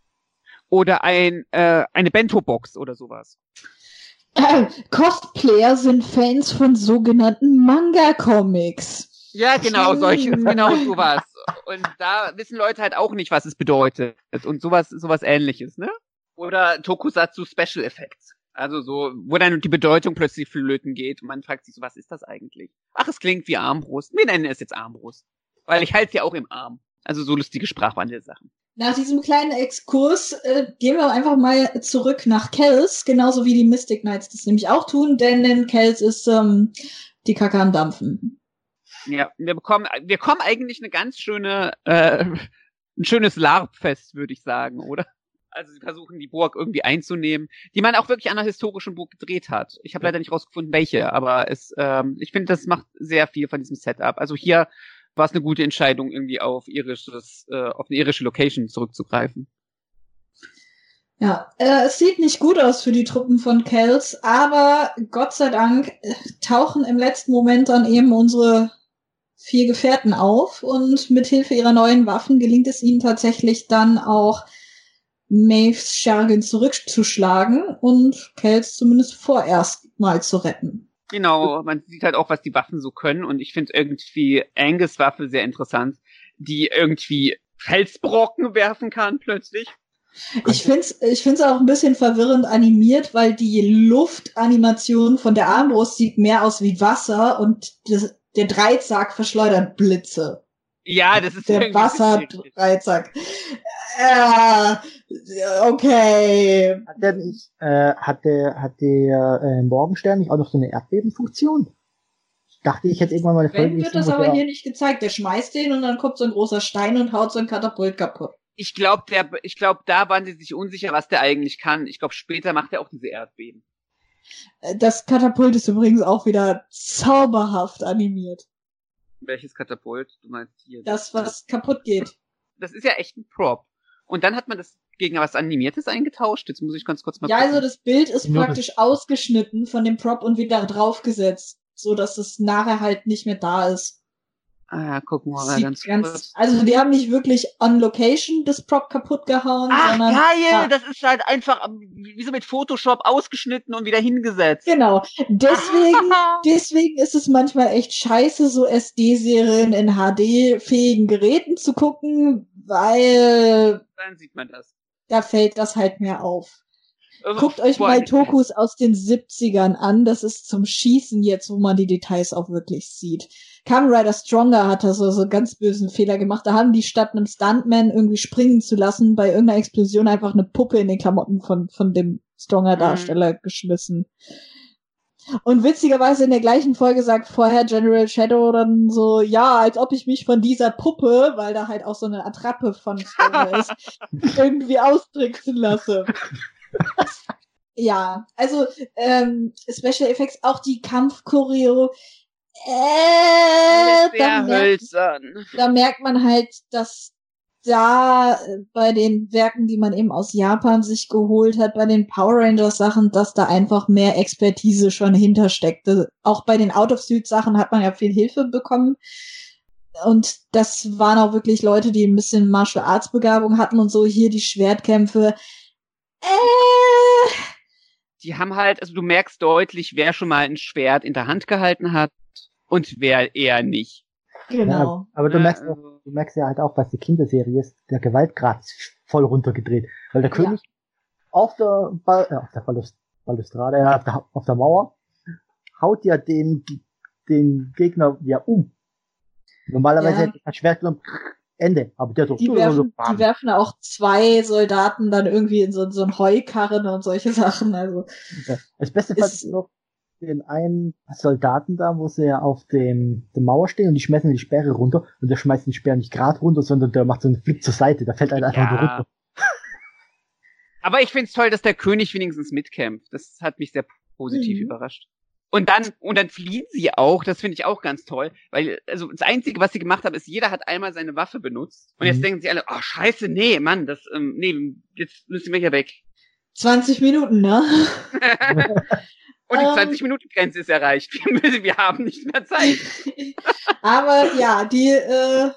Oder ein äh, eine Bento-Box oder sowas. Äh, Cosplayer sind Fans von sogenannten Manga-Comics. Ja, genau, solche, genau sowas. Und da wissen Leute halt auch nicht, was es bedeutet. Und sowas, sowas Ähnliches, ne? Oder Tokusatsu Special Effects. Also so, wo dann die Bedeutung plötzlich flöten geht und man fragt sich so, was ist das eigentlich? Ach, es klingt wie Armbrust. Wir nennen es jetzt Armbrust. Weil ich halte sie auch im Arm. Also so lustige Sprachwandelsachen. Nach diesem kleinen Exkurs äh, gehen wir einfach mal zurück nach Kells, genauso wie die Mystic Knights das nämlich auch tun, denn in Kells ist ähm, die Kacke am Dampfen. Ja, wir bekommen, wir kommen eigentlich eine ganz schöne, äh, ein schönes LARP-Fest, würde ich sagen, oder? Also sie versuchen die Burg irgendwie einzunehmen, die man auch wirklich an einer historischen Burg gedreht hat. Ich habe leider nicht rausgefunden, welche, aber es, ähm, ich finde, das macht sehr viel von diesem Setup. Also hier war es eine gute Entscheidung, irgendwie auf irisches, äh, auf eine irische Location zurückzugreifen. Ja, äh, es sieht nicht gut aus für die Truppen von Kells, aber Gott sei Dank äh, tauchen im letzten Moment dann eben unsere vier Gefährten auf und mit Hilfe ihrer neuen Waffen gelingt es ihnen tatsächlich dann auch Maves Schergen zurückzuschlagen und Kells zumindest vorerst mal zu retten. Genau, man sieht halt auch, was die Waffen so können und ich finde irgendwie Angus' Waffe sehr interessant, die irgendwie Felsbrocken werfen kann plötzlich. Ich find's, ich find's auch ein bisschen verwirrend animiert, weil die Luftanimation von der Armbrust sieht mehr aus wie Wasser und das, der Dreizack verschleudert Blitze. Ja, das ist der Wasserdreizack. Äh, okay. Hat der nicht, äh, hat der, hat der äh, Morgenstern nicht auch noch so eine Erdbebenfunktion? Dachte ich jetzt irgendwann mal eine Folge. Wenn wird das aber hier nicht gezeigt. Der schmeißt den und dann kommt so ein großer Stein und haut so ein Katapult kaputt. Ich glaube, der, ich glaube, da waren sie sich unsicher, was der eigentlich kann. Ich glaube, später macht er auch diese Erdbeben. Das Katapult ist übrigens auch wieder zauberhaft animiert. Welches Katapult? Du meinst hier? Das, was kaputt geht. Das ist ja echt ein Prop. Und dann hat man das gegen was Animiertes eingetauscht. Jetzt muss ich ganz kurz mal Ja, gucken. also das Bild ist praktisch ausgeschnitten von dem Prop und wieder draufgesetzt, so dass es nachher halt nicht mehr da ist. Ah, gucken wir mal ganz, ganz kurz. Also die haben nicht wirklich on location das Prop kaputt gehauen, Ach, sondern geil! Ja. Das ist halt einfach wie so mit Photoshop ausgeschnitten und wieder hingesetzt. Genau. Deswegen, deswegen ist es manchmal echt scheiße, so S D-Serien in H D-fähigen Geräten zu gucken, weil Dann sieht man das. da fällt das halt mehr auf. Guckt euch mal Tokus aus den siebzigern an. Das ist zum Schießen jetzt, wo man die Details auch wirklich sieht. Kamen Rider Stronger hat da so, so einen ganz bösen Fehler gemacht. Da haben die statt einem Stuntman irgendwie springen zu lassen, bei irgendeiner Explosion einfach eine Puppe in den Klamotten von, von dem Stronger-Darsteller mhm. geschmissen. Und witzigerweise in der gleichen Folge sagt vorher General Shadow dann so, ja, als ob ich mich von dieser Puppe, weil da halt auch so eine Attrappe von Stronger ist, irgendwie austricksen lasse. Ja, also ähm, Special Effects, auch die Kampfchoreo, äh, da merkt, da merkt man halt, dass da bei den Werken, die man eben aus Japan sich geholt hat, bei den Power Rangers Sachen, dass da einfach mehr Expertise schon hintersteckte. Auch bei den Out-of-Suit Sachen hat man ja viel Hilfe bekommen. Und das waren auch wirklich Leute, die ein bisschen Martial Arts Begabung hatten und so. Hier die Schwertkämpfe. Äh. Die haben halt, also du merkst deutlich, wer schon mal ein Schwert in der Hand gehalten hat und wer eher nicht. Genau. Ja, aber du merkst, auch, du merkst ja halt auch, was die Kinderserie ist, der Gewaltgrad ist voll runtergedreht. Weil der König ja. auf der, Ball, äh, auf der Ballust, Balustrade, äh, auf, der, auf der Mauer, haut ja den, den Gegner ja um. Normalerweise ja. hätte er ein Schwert und Ende. Aber der so, die, werfen, so die werfen auch zwei Soldaten dann irgendwie in so, so einen Heukarren und solche Sachen. Also ja. Das Beste fand ich noch den einen Soldaten da, wo sie ja auf dem der Mauer stehen und die schmeißen die Sperre runter und der schmeißt den Speer nicht gerade runter, sondern der macht so einen Flip zur Seite, da fällt einer einfach nur runter. Aber ich find's toll, dass der König wenigstens mitkämpft. Das hat mich sehr positiv mhm. überrascht. Und dann, und dann fliehen sie auch, das finde ich auch ganz toll, weil, also, das Einzige, was sie gemacht haben, ist, jeder hat einmal seine Waffe benutzt. Und jetzt mhm. denken sie alle, oh, scheiße, nee, Mann, das, ähm, nee, jetzt müssen wir hier weg. zwanzig Minuten, ne? Und die zwanzig-Minuten-Grenze ist erreicht. Wir, müssen, wir haben nicht mehr Zeit. Aber ja, die, äh,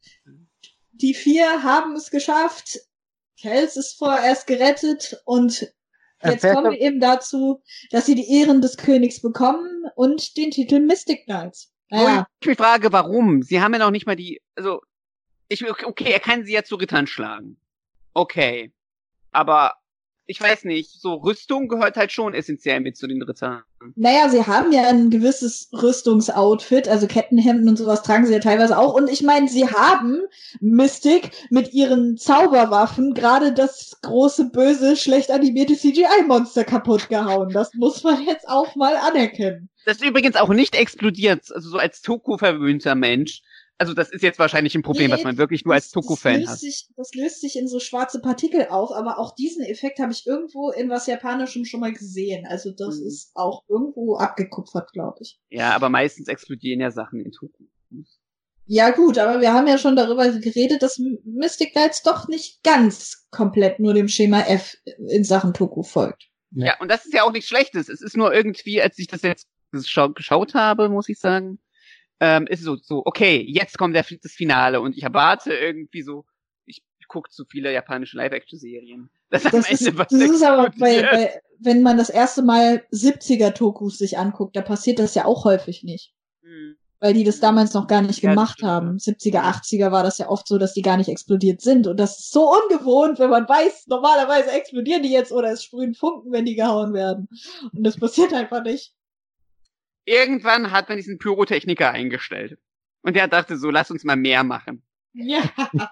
die vier haben es geschafft. Kels ist vorerst gerettet und jetzt kommen wir eben dazu, dass sie die Ehren des Königs bekommen und den Titel Mystic Knights. Naja. Ich mich frage, warum? Sie haben ja noch nicht mal die, also, ich, okay, er kann sie ja zu Rittern schlagen. Okay. Aber, ich weiß nicht, so Rüstung gehört halt schon essentiell mit zu den Rittern. Naja, sie haben ja ein gewisses Rüstungsoutfit, also Kettenhemden und sowas tragen sie ja teilweise auch. Und ich meine, sie haben Mystic mit ihren Zauberwaffen gerade das große, böse, schlecht animierte C G I-Monster kaputt gehauen. Das muss man jetzt auch mal anerkennen. Das ist übrigens auch nicht explodiert, also so als Toku-verwöhnter Mensch. Also das ist jetzt wahrscheinlich ein Problem, nee, was man wirklich nur als Toku-Fan hat. Sich, das löst sich in so schwarze Partikel auf, aber auch diesen Effekt habe ich irgendwo in was Japanischem schon mal gesehen. Also das mhm. ist auch irgendwo abgekupfert, glaube ich. Ja, aber meistens explodieren ja Sachen in Toku. Ja gut, aber wir haben ja schon darüber geredet, dass Mystic Knights doch nicht ganz komplett nur dem Schema F in Sachen Toku folgt. Ja, ja und das ist ja auch nichts Schlechtes. Es ist nur irgendwie, als ich das jetzt geschaut habe, muss ich sagen, Ähm, ist so, so, okay, jetzt kommt der, das Finale und ich erwarte irgendwie so, ich gucke zu viele japanische Live-Action-Serien. Das, das, ist, das ist aber bei, bei, wenn man das erste Mal siebziger-Tokus sich anguckt, da passiert das ja auch häufig nicht. Hm. Weil die das damals noch gar nicht ja, gemacht haben. siebziger, achtziger war das ja oft so, dass die gar nicht explodiert sind und das ist so ungewohnt, wenn man weiß, normalerweise explodieren die jetzt oder es sprühen Funken, wenn die gehauen werden. Und das passiert einfach nicht. Irgendwann hat man diesen Pyrotechniker eingestellt. Und der dachte so, lass uns mal mehr machen. Ja.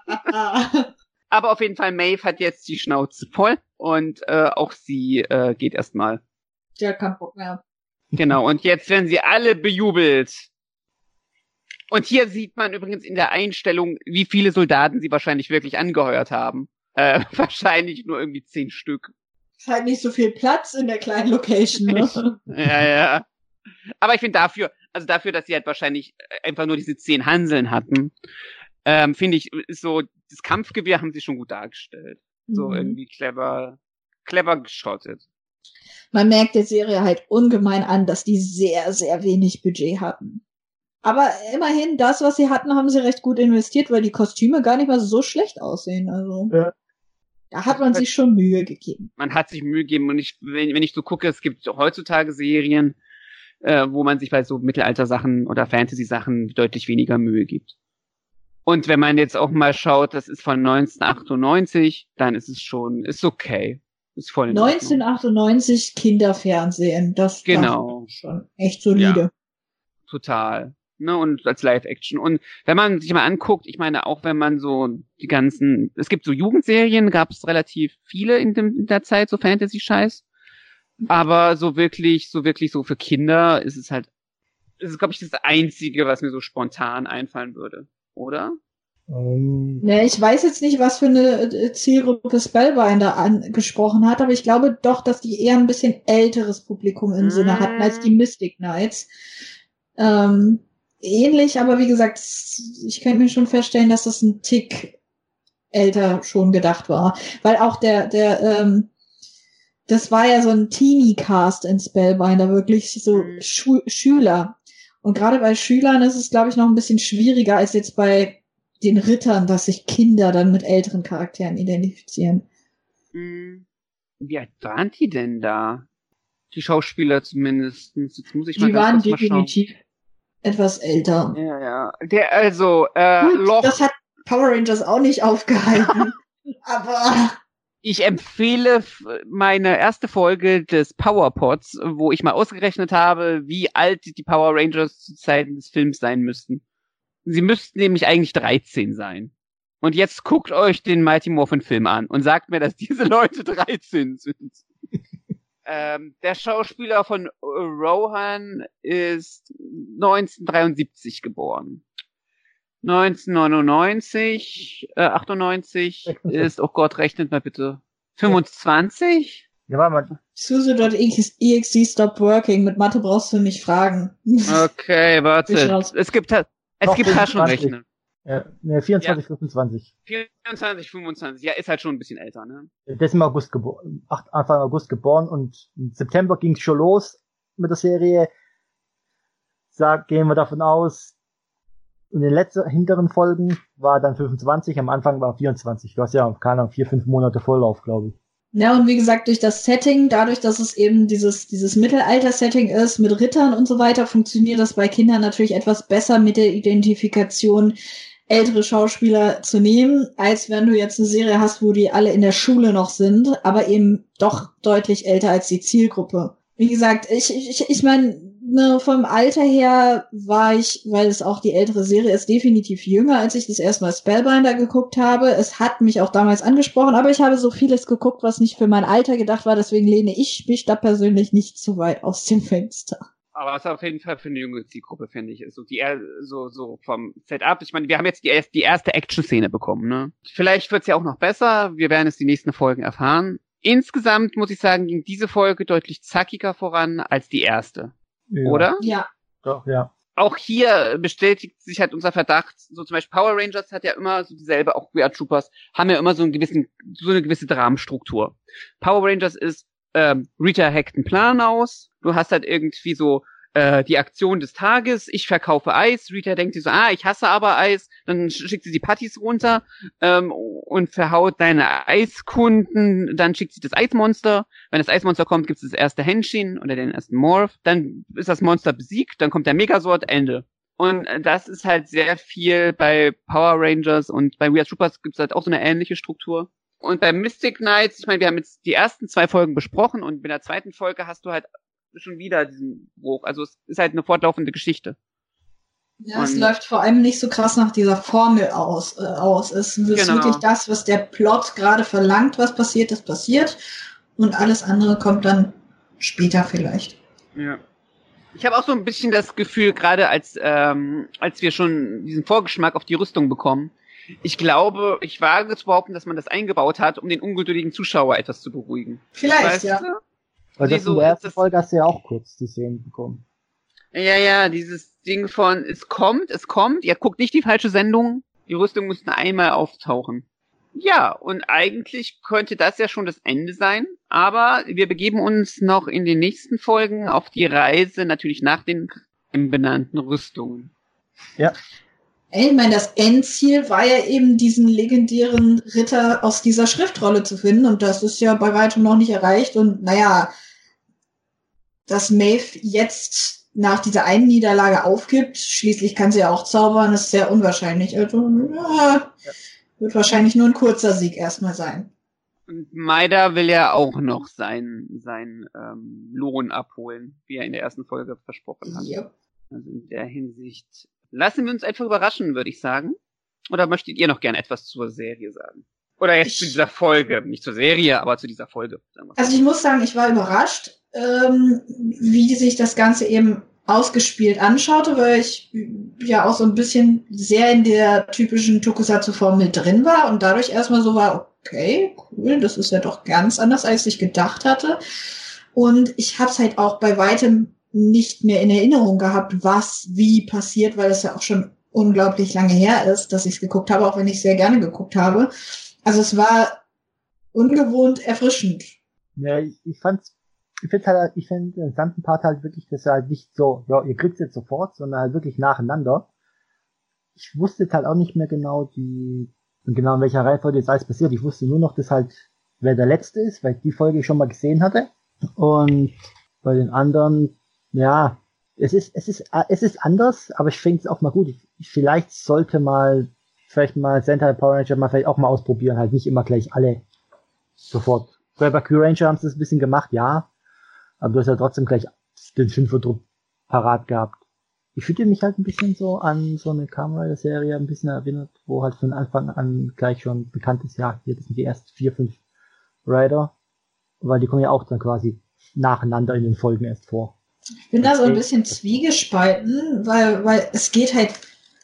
Aber auf jeden Fall, Maeve hat jetzt die Schnauze voll. Und äh, auch sie äh, geht erstmal. Die hat keinen Bock mehr. Genau, und jetzt werden sie alle bejubelt. Und hier sieht man übrigens in der Einstellung, wie viele Soldaten sie wahrscheinlich wirklich angeheuert haben. Äh, wahrscheinlich nur irgendwie zehn Stück. Ist halt nicht so viel Platz in der kleinen Location, ne? Ja, ja. Aber ich finde dafür, also dafür, dass sie halt wahrscheinlich einfach nur diese zehn Hanseln hatten, ähm, finde ich, ist so, das Kampfgewehr haben sie schon gut dargestellt. Mhm. So irgendwie clever, clever geschottet. Man merkt der Serie halt ungemein an, dass die sehr, sehr wenig Budget hatten. Aber immerhin, das, was sie hatten, haben sie recht gut investiert, weil die Kostüme gar nicht mal so schlecht aussehen, also. Ja. Da hat man sich schon Mühe gegeben. Man hat sich Mühe gegeben und ich, wenn, wenn ich so gucke, es gibt heutzutage Serien, äh, wo man sich bei so Mittelalter-Sachen oder Fantasy-Sachen deutlich weniger Mühe gibt. Und wenn man jetzt auch mal schaut, das ist von neunzehnhundertachtundneunzig, dann ist es schon, ist okay. ist voll in Ordnung. neunzehnhundertachtundneunzig Kinderfernsehen, das Genau. war schon echt solide. Ja, total. Ne, und als Live-Action. Und wenn man sich mal anguckt, ich meine, auch wenn man so die ganzen, es gibt so Jugendserien, gab es relativ viele in, dem, in der Zeit, so Fantasy-Scheiß. Aber so wirklich, so wirklich so für Kinder ist es halt, ist es, glaube ich, das Einzige, was mir so spontan einfallen würde. Oder? Ähm, Ne, ich weiß jetzt nicht, was für eine Zielgruppe Spellbinder angesprochen hat, aber ich glaube doch, dass die eher ein bisschen älteres Publikum im Mm. Sinne hatten als die Mystic Knights. Ähm, ähnlich, aber wie gesagt, ich könnte mir schon feststellen, dass das ein Tick älter schon gedacht war. Weil auch der, der, ähm, das war ja so ein Teenie-Cast in Spellbinder, wirklich so Mhm. Schu- Schüler. Und gerade bei Schülern ist es, glaube ich, noch ein bisschen schwieriger als jetzt bei den Rittern, dass sich Kinder dann mit älteren Charakteren identifizieren. Hm. Wie alt waren die denn da? Die Schauspieler zumindest. Jetzt muss ich mal Die ganz waren kurz mal schauen. definitiv etwas älter. Ja, ja. Der, also, äh, Gut, Loch. das hat Power Rangers auch nicht aufgehalten. Aber Ich empfehle f- meine erste Folge des Powerpods, wo ich mal ausgerechnet habe, wie alt die Power Rangers zu Zeiten des Films sein müssten. Sie müssten nämlich eigentlich dreizehn sein. Und jetzt guckt euch den Mighty Morphin Film an und sagt mir, dass diese Leute dreizehn sind. ähm, der Schauspieler von Rohan ist neunzehnhundertdreiundsiebzig geboren. neunzehnhundertneunundneunzig, äh, achtundneunzig ist, oh Gott, rechnet mal bitte. fünfundzwanzig? ja, warte mal. Suzu.exe stopped working. Mit Mathe brauchst du nicht fragen. Okay, Ich warte. raus. Es gibt, ta- es Doch, gibt fünfundzwanzig. Taschenrechner. Ja, ne, vierundzwanzig, fünfundzwanzig. vierundzwanzig, fünfundzwanzig. Ja, ist halt schon ein bisschen älter, ne? Der ist im August geboren, Anfang August geboren und im September ging es schon los mit der Serie. Sag, gehen wir davon aus, in den letzten, hinteren Folgen war dann fünfundzwanzig, am Anfang war vierundzwanzig. Du hast ja, keine Ahnung, vier, fünf Monate Vorlauf, glaube ich. Ja, und wie gesagt, durch das Setting, dadurch, dass es eben dieses, dieses Mittelalter-Setting ist, mit Rittern und so weiter, funktioniert das bei Kindern natürlich etwas besser mit der Identifikation, ältere Schauspieler zu nehmen, als wenn du jetzt eine Serie hast, wo die alle in der Schule noch sind, aber eben doch deutlich älter als die Zielgruppe. Wie gesagt, ich, ich, ich meine, ne, vom Alter her war ich, weil es auch die ältere Serie ist, definitiv jünger, als ich das erste Mal Spellbinder geguckt habe. Es hat mich auch damals angesprochen, aber ich habe so vieles geguckt, was nicht für mein Alter gedacht war, deswegen lehne ich mich da persönlich nicht zu weit aus dem Fenster. Aber es ist auf jeden Fall für eine junge Zielgruppe, finde ich. So, die, er- so, so vom Setup. Ich meine, wir haben jetzt die, erst- die erste Action-Szene bekommen, ne? Vielleicht wird's ja auch noch besser. Wir werden es die nächsten Folgen erfahren. Insgesamt, muss ich sagen, ging diese Folge deutlich zackiger voran als die erste. Ja. Oder? Ja. Doch, ja. Auch hier bestätigt sich halt unser Verdacht, so zum Beispiel Power Rangers hat ja immer so dieselbe, auch We Are Troopers, haben ja immer so einen gewissen, so eine gewisse Dramenstruktur. Power Rangers ist, ähm, Rita hackt einen Plan aus, du hast halt irgendwie so äh, die Aktion des Tages, ich verkaufe Eis, Rita denkt sich so, ah, ich hasse aber Eis, dann schickt sie die Patties runter ähm, und verhaut deine Eiskunden, dann schickt sie das Eismonster, wenn das Eismonster kommt, gibt es das erste Henshin oder den ersten Morph, dann ist das Monster besiegt, dann kommt der Megazord, Ende. Und äh, das ist halt sehr viel bei Power Rangers und bei We Are Troopers gibt es halt auch so eine ähnliche Struktur. Und bei Mystic Knights, ich meine, wir haben jetzt die ersten zwei Folgen besprochen und in der zweiten Folge hast du halt schon wieder diesen Bruch. Also es ist halt eine fortlaufende Geschichte. Ja, es Und- läuft vor allem nicht so krass nach dieser Formel aus. Äh, aus. Es ist Genau. wirklich das, was der Plot gerade verlangt, was passiert, das passiert. Und alles andere kommt dann später vielleicht. Ja. Ich habe auch so ein bisschen das Gefühl, gerade als ähm, als wir schon diesen Vorgeschmack auf die Rüstung bekommen, ich glaube, ich wage zu behaupten, dass man das eingebaut hat, um den ungeduldigen Zuschauer etwas zu beruhigen. Vielleicht, Weißt ja. du? Weil Nee, das so in der ersten ist das- Folge hast du ja auch kurz die Szenen bekommen. Ja, ja, dieses Ding von, es kommt, es kommt, ihr guckt nicht die falsche Sendung, die Rüstung muss nur einmal auftauchen. Ja, und eigentlich könnte das ja schon das Ende sein, aber wir begeben uns noch in den nächsten Folgen auf die Reise, natürlich nach den benannten Rüstungen. Ja. Ey, ich meine, das Endziel war ja eben, diesen legendären Ritter aus dieser Schriftrolle zu finden. Und das ist ja bei weitem noch nicht erreicht. Und naja, dass Maeve jetzt nach dieser einen Niederlage aufgibt, schließlich kann sie ja auch zaubern, ist sehr unwahrscheinlich. Also, ja, wird wahrscheinlich nur ein kurzer Sieg erstmal sein. Und Maida will ja auch noch seinen sein, ähm, Lohn abholen, wie er in der ersten Folge versprochen hat. Ja. Also in der Hinsicht lassen wir uns einfach überraschen, würde ich sagen. Oder möchtet ihr noch gerne etwas zur Serie sagen? Oder jetzt ich, zu dieser Folge. Nicht zur Serie, aber zu dieser Folge. Sagen wir. Also ich muss sagen, ich war überrascht, ähm, wie sich das Ganze eben ausgespielt anschaute, weil ich ja auch so ein bisschen sehr in der typischen Tokusatsu-Form drin war und dadurch erstmal so war, okay, cool, das ist ja doch ganz anders, als ich gedacht hatte. Und ich habe es halt auch bei weitem nicht mehr in Erinnerung gehabt, was wie passiert, weil es ja auch schon unglaublich lange her ist, dass ich es geguckt habe, auch wenn ich sehr gerne geguckt habe. Also es war ungewohnt erfrischend. Ja, ich, ich fand's, ich finde halt, ich finde den gesamten Part halt wirklich, dass er halt nicht so, ja, ihr kriegt's jetzt sofort, sondern halt wirklich nacheinander. Ich wusste jetzt halt auch nicht mehr genau die, genau in welcher Reihenfolge jetzt alles passiert. Ich wusste nur noch, dass halt, wer der Letzte ist, weil ich die Folge schon mal gesehen hatte. Und bei den anderen, ja, es ist, es ist, es ist anders, aber ich finde es auch mal gut. Ich, ich vielleicht sollte mal, vielleicht mal Sentai Power Ranger mal vielleicht auch mal ausprobieren, halt nicht immer gleich alle sofort. Bei Q Ranger haben sie das ein bisschen gemacht, ja, aber du hast ja trotzdem gleich den Fünferdruck parat gehabt. Ich fühlte mich halt ein bisschen so an so eine Kamen Rider Serie ein bisschen erinnert, wo halt von Anfang an gleich schon bekannt ist, ja, hier, das sind die ersten vier, fünf Rider, weil die kommen ja auch dann quasi nacheinander in den Folgen erst vor. Ich bin da so ein bisschen zwiegespalten, weil, weil es geht halt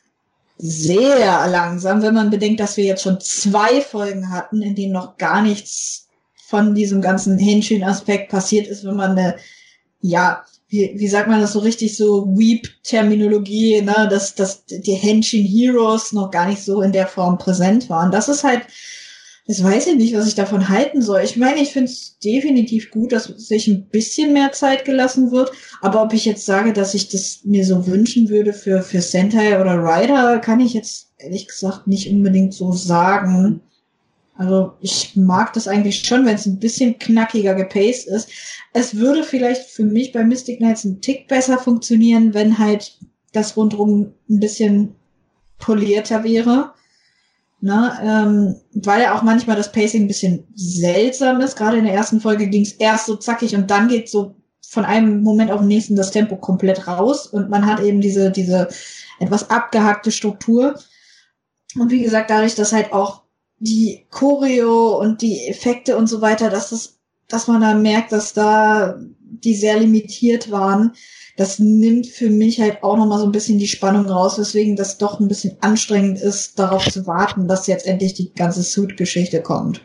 sehr langsam, wenn man bedenkt, dass wir jetzt schon zwei Folgen hatten, in denen noch gar nichts von diesem ganzen Henshin-Aspekt passiert ist, wenn man eine, ja, wie, wie sagt man das so richtig, so Weep-Terminologie, ne, dass, dass die Henshin-Heroes noch gar nicht so in der Form präsent waren. Das ist halt, das weiß ich nicht, was ich davon halten soll. Ich meine, ich finde es definitiv gut, dass sich ein bisschen mehr Zeit gelassen wird. Aber ob ich jetzt sage, dass ich das mir so wünschen würde für, für Sentai oder Rider, kann ich jetzt ehrlich gesagt nicht unbedingt so sagen. Also ich mag das eigentlich schon, wenn es ein bisschen knackiger gepaced ist. Es würde vielleicht für mich bei Mystic Knights ein Tick besser funktionieren, wenn halt das rundrum ein bisschen polierter wäre. Ne, ähm, weil ja auch manchmal das Pacing ein bisschen seltsam ist. Gerade in der ersten Folge ging es erst so zackig und dann geht so von einem Moment auf den nächsten das Tempo komplett raus und man hat eben diese diese etwas abgehackte Struktur. Und wie gesagt, dadurch, dass halt auch die Choreo und die Effekte und so weiter, dass das, dass man da merkt, dass da die sehr limitiert waren, das nimmt für mich halt auch nochmal so ein bisschen die Spannung raus, weswegen das doch ein bisschen anstrengend ist, darauf zu warten, dass jetzt endlich die ganze Suit-Geschichte kommt.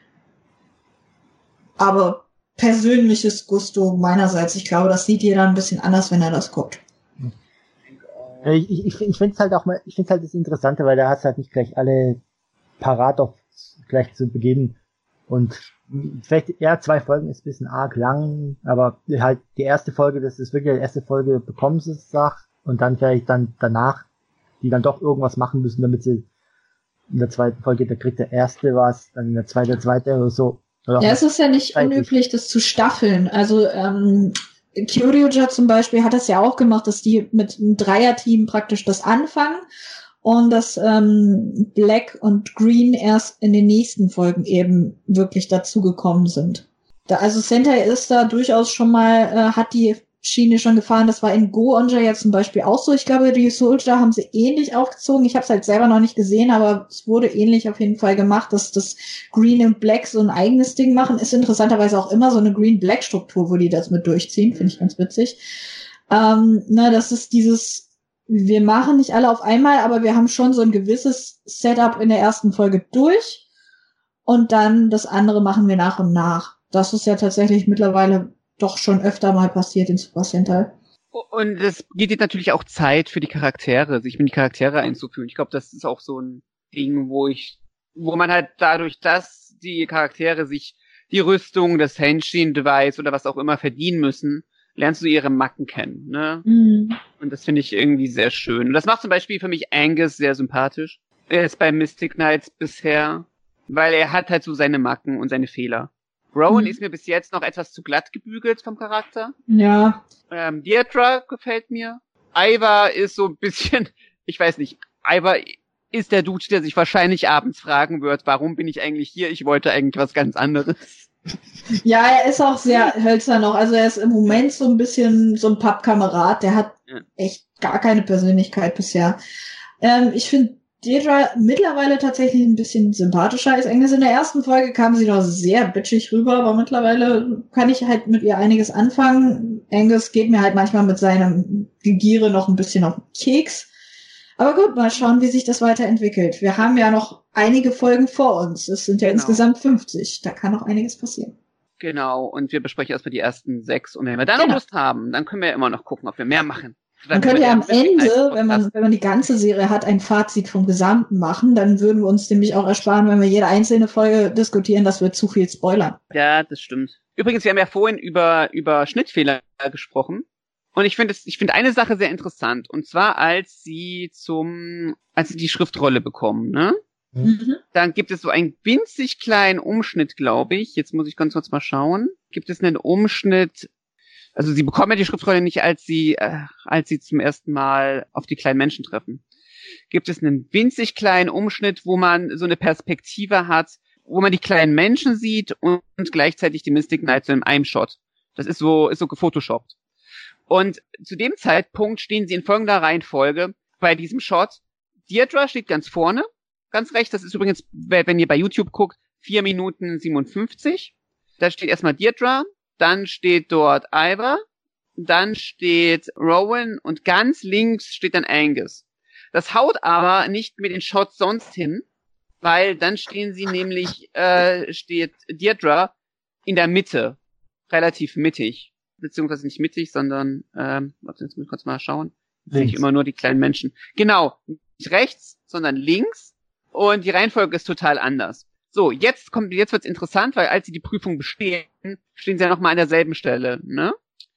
Aber persönliches Gusto meinerseits, ich glaube, das sieht jeder ein bisschen anders, wenn er das guckt. Ich, ich, ich, ich finde es halt auch mal, ich finde halt das Interessante, weil da hast halt nicht gleich alle parat auf gleich zu Beginn und vielleicht eher zwei Folgen ist ein bisschen arg lang, aber halt die erste Folge, das ist wirklich die erste Folge, bekommen sie es, sag, und dann vielleicht dann danach, die dann doch irgendwas machen müssen, damit sie in der zweiten Folge, da kriegt der erste was, dann in der zweiten, der zweite oder so. Oder ja, es ist ja nicht zeitlich unüblich, das zu staffeln. Also ähm, Kyoryuja zum Beispiel hat das ja auch gemacht, dass die mit einem Dreierteam praktisch das anfangen und dass ähm, Black und Green erst in den nächsten Folgen eben wirklich dazugekommen sind. Da, also Sentai ist da durchaus schon mal, äh, hat die Schiene schon gefahren. Das war in Go-Onja ja zum Beispiel auch so. Ich glaube, die Soldier haben sie ähnlich aufgezogen. Ich habe es halt selber noch nicht gesehen, aber es wurde ähnlich auf jeden Fall gemacht, dass das Green und Black so ein eigenes Ding machen. Ist interessanterweise auch immer so eine Green-Black-Struktur, wo die das mit durchziehen. Finde ich ganz witzig. Ähm, na, das ist dieses, wir machen nicht alle auf einmal, aber wir haben schon so ein gewisses Setup in der ersten Folge durch und dann das andere machen wir nach und nach. Das ist ja tatsächlich mittlerweile doch schon öfter mal passiert in Super Sentai. Und es geht jetzt natürlich auch Zeit für die Charaktere, sich mit die Charaktere einzuführen. Ich glaube, das ist auch so ein Ding, wo ich, wo man halt dadurch, dass die Charaktere sich die Rüstung, das Henshin-Device oder was auch immer verdienen müssen, lernst du ihre Macken kennen, ne? Mhm. Und das finde ich irgendwie sehr schön. Und das macht zum Beispiel für mich Angus sehr sympathisch. Er ist bei Mystic Knights bisher, weil er hat halt so seine Macken und seine Fehler. Rowan mhm. ist mir bis jetzt noch etwas zu glatt gebügelt vom Charakter. Ja. Ähm, Deirdre gefällt mir. Ivar ist so ein bisschen, ich weiß nicht, Ivar ist der Dude, der sich wahrscheinlich abends fragen wird, warum bin ich eigentlich hier? Ich wollte eigentlich was ganz anderes. Ja, er ist auch sehr hölzern noch. Also er ist im Moment so ein bisschen so ein Pappkamerad. Der hat Ja. echt gar keine Persönlichkeit bisher. Ähm, ich finde Deirdre mittlerweile tatsächlich ein bisschen sympathischer als Angus. In der ersten Folge kam sie noch sehr bitchig rüber, aber mittlerweile kann ich halt mit ihr einiges anfangen. Angus geht mir halt manchmal mit seinem Gegiere noch ein bisschen auf den Keks. Aber gut, mal schauen, wie sich das weiterentwickelt. Wir haben ja noch einige Folgen vor uns. Es sind ja Genau. insgesamt fünfzig. Da kann noch einiges passieren. Genau, und wir besprechen erstmal die ersten sechs. Und wenn wir dann Genau. noch Lust haben, dann können wir immer noch gucken, ob wir mehr machen. Man könnte ja am Ende, wenn man, wenn man die ganze Serie hat, ein Fazit vom Gesamten machen. Dann würden wir uns nämlich auch ersparen, wenn wir jede einzelne Folge diskutieren, dass wir zu viel spoilern. Ja, das stimmt. Übrigens, wir haben ja vorhin über, über Schnittfehler gesprochen. Und ich finde es, ich finde eine Sache sehr interessant. Und zwar, als sie zum, als sie die Schriftrolle bekommen, ne? Mhm. Dann gibt es so einen winzig kleinen Umschnitt, glaube ich. Jetzt muss ich ganz kurz mal schauen. Gibt es einen Umschnitt? Also sie bekommen ja die Schriftrolle nicht, als sie, äh, als sie zum ersten Mal auf die kleinen Menschen treffen. Gibt es einen winzig kleinen Umschnitt, wo man so eine Perspektive hat, wo man die kleinen Menschen sieht und gleichzeitig die Mystic Knights so in einem Shot. Das ist so, ist so gefotoshoppt. Und zu dem Zeitpunkt stehen sie in folgender Reihenfolge bei diesem Shot. Deirdre steht ganz vorne, ganz rechts. Das ist übrigens, wenn ihr bei YouTube guckt, vier Minuten siebenundfünfzig. Da steht erstmal Deirdre, dann steht dort Ivar, dann steht Rowan und ganz links steht dann Angus. Das haut aber nicht mit den Shots sonst hin, weil dann stehen sie nämlich, äh, steht Deirdre in der Mitte, relativ mittig. Beziehungsweise nicht mittig, sondern, ähm, warte, jetzt muss ich kurz mal schauen. Sehe ich immer nur die kleinen Menschen. Genau, nicht rechts, sondern links. Und die Reihenfolge ist total anders. So, jetzt kommt, jetzt wird's interessant, weil als sie die Prüfung bestehen, stehen sie ja nochmal an derselben Stelle, ne?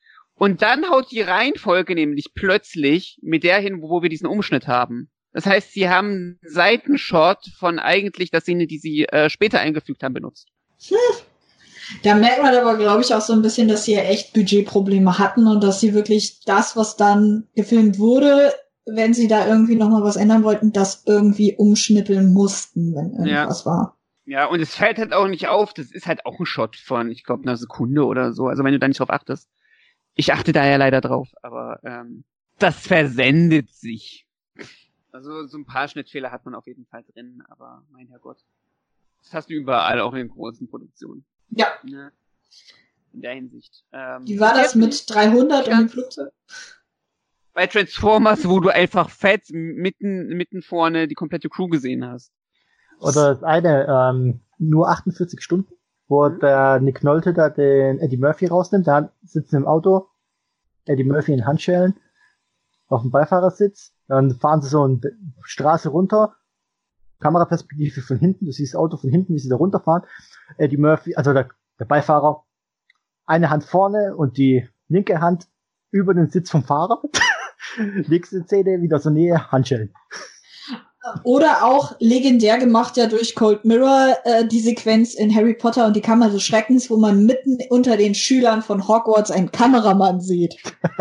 Und dann haut die Reihenfolge nämlich plötzlich mit der hin, wo wir diesen Umschnitt haben. Das heißt, sie haben einen Seitenshot von eigentlich der Szene, die sie äh, später eingefügt haben, benutzt. Hm. Da merkt man aber, glaube ich, auch so ein bisschen, dass sie ja echt Budgetprobleme hatten und dass sie wirklich das, was dann gefilmt wurde, wenn sie da irgendwie nochmal was ändern wollten, das irgendwie umschnippeln mussten, wenn irgendwas ja. war. Ja, und es fällt halt auch nicht auf, das ist halt auch ein Shot von, ich glaube, einer Sekunde oder so, also wenn du da nicht drauf achtest. Ich achte da ja leider drauf, aber ähm, das versendet sich. Also so ein paar Schnittfehler hat man auf jeden Fall drin, aber mein Herrgott. Das hast du überall, auch in großen Produktionen. Ja. ja. In der Hinsicht. Ähm, Wie war das mit dreihundert und dem Flugzeug? Bei Transformers, wo du einfach fett mitten, mitten vorne die komplette Crew gesehen hast. Oder das eine, ähm, nur achtundvierzig Stunden, wo mhm. der Nick Nolte da den Eddie Murphy rausnimmt, da sitzt im Auto, Eddie Murphy in Handschellen, auf dem Beifahrersitz, dann fahren sie so eine Straße runter, Kameraperspektive von hinten, du siehst das Auto von hinten, wie sie da runterfahren, Eddie Murphy, also der, der Beifahrer, eine Hand vorne und die linke Hand über den Sitz vom Fahrer. Nächste Szene, wieder so Nähe, Handschellen. Oder auch legendär gemacht ja durch Cold Mirror, äh, die Sequenz in Harry Potter und die Kammer des Schreckens, wo man mitten unter den Schülern von Hogwarts einen Kameramann sieht.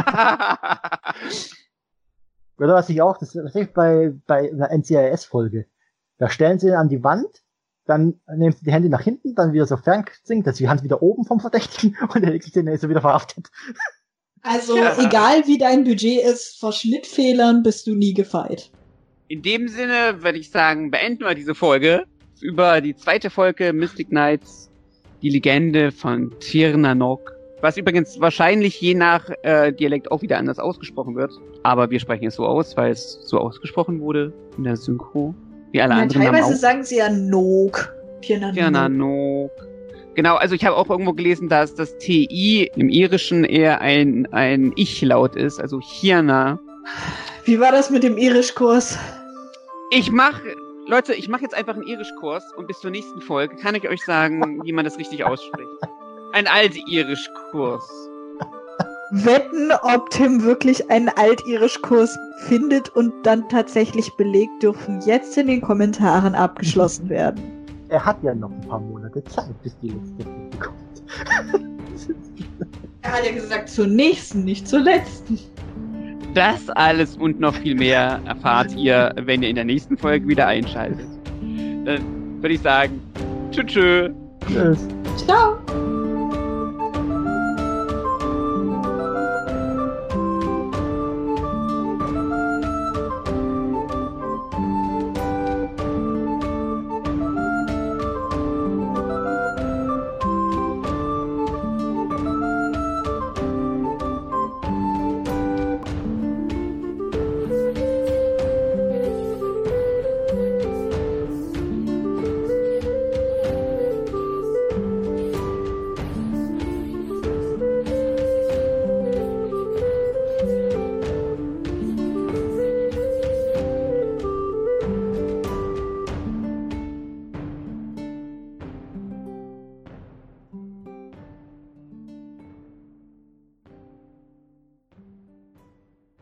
Oder was ich auch, das ist bei, bei einer N C I S-Folge. Da stellen sie ihn an die Wand, dann nehmen sie die Hände nach hinten, dann wieder so fernzinken, dass die Hand wieder oben vom Verdächtigen und der nächste Szene ist er wieder verhaftet. Also, ja. Egal wie dein Budget ist, vor Schnittfehlern bist du nie gefeit. In dem Sinne würde ich sagen, beenden wir diese Folge über die zweite Folge Mystic Knights, die Legende von Tir na Nog, was übrigens wahrscheinlich je nach äh, Dialekt auch wieder anders ausgesprochen wird. Aber wir sprechen es so aus, weil es so ausgesprochen wurde in der Synchro. Wie alle ja, anderen teilweise sagen sie ja Nog. Tir na Nog. Genau, also ich habe auch irgendwo gelesen, dass das T I im Irischen eher ein, ein Ich-Laut ist, also Hirna. Wie war das mit dem Irischkurs? Ich mach, Leute, ich mache jetzt einfach einen Irischkurs und bis zur nächsten Folge kann ich euch sagen, wie man das richtig ausspricht. Ein Altirischkurs. Wetten, ob Tim wirklich einen Altirischkurs findet und dann tatsächlich belegt, dürfen jetzt in den Kommentaren abgeschlossen werden. Er hat ja noch ein paar Monate Zeit, bis die letzte Folge kommt. Er hat ja gesagt, zur nächsten, nicht zur letzten. Das alles und noch viel mehr erfahrt ihr, wenn ihr in der nächsten Folge wieder einschaltet. Dann würde ich sagen, tschüss. Tschüss. Tschüss. Ciao.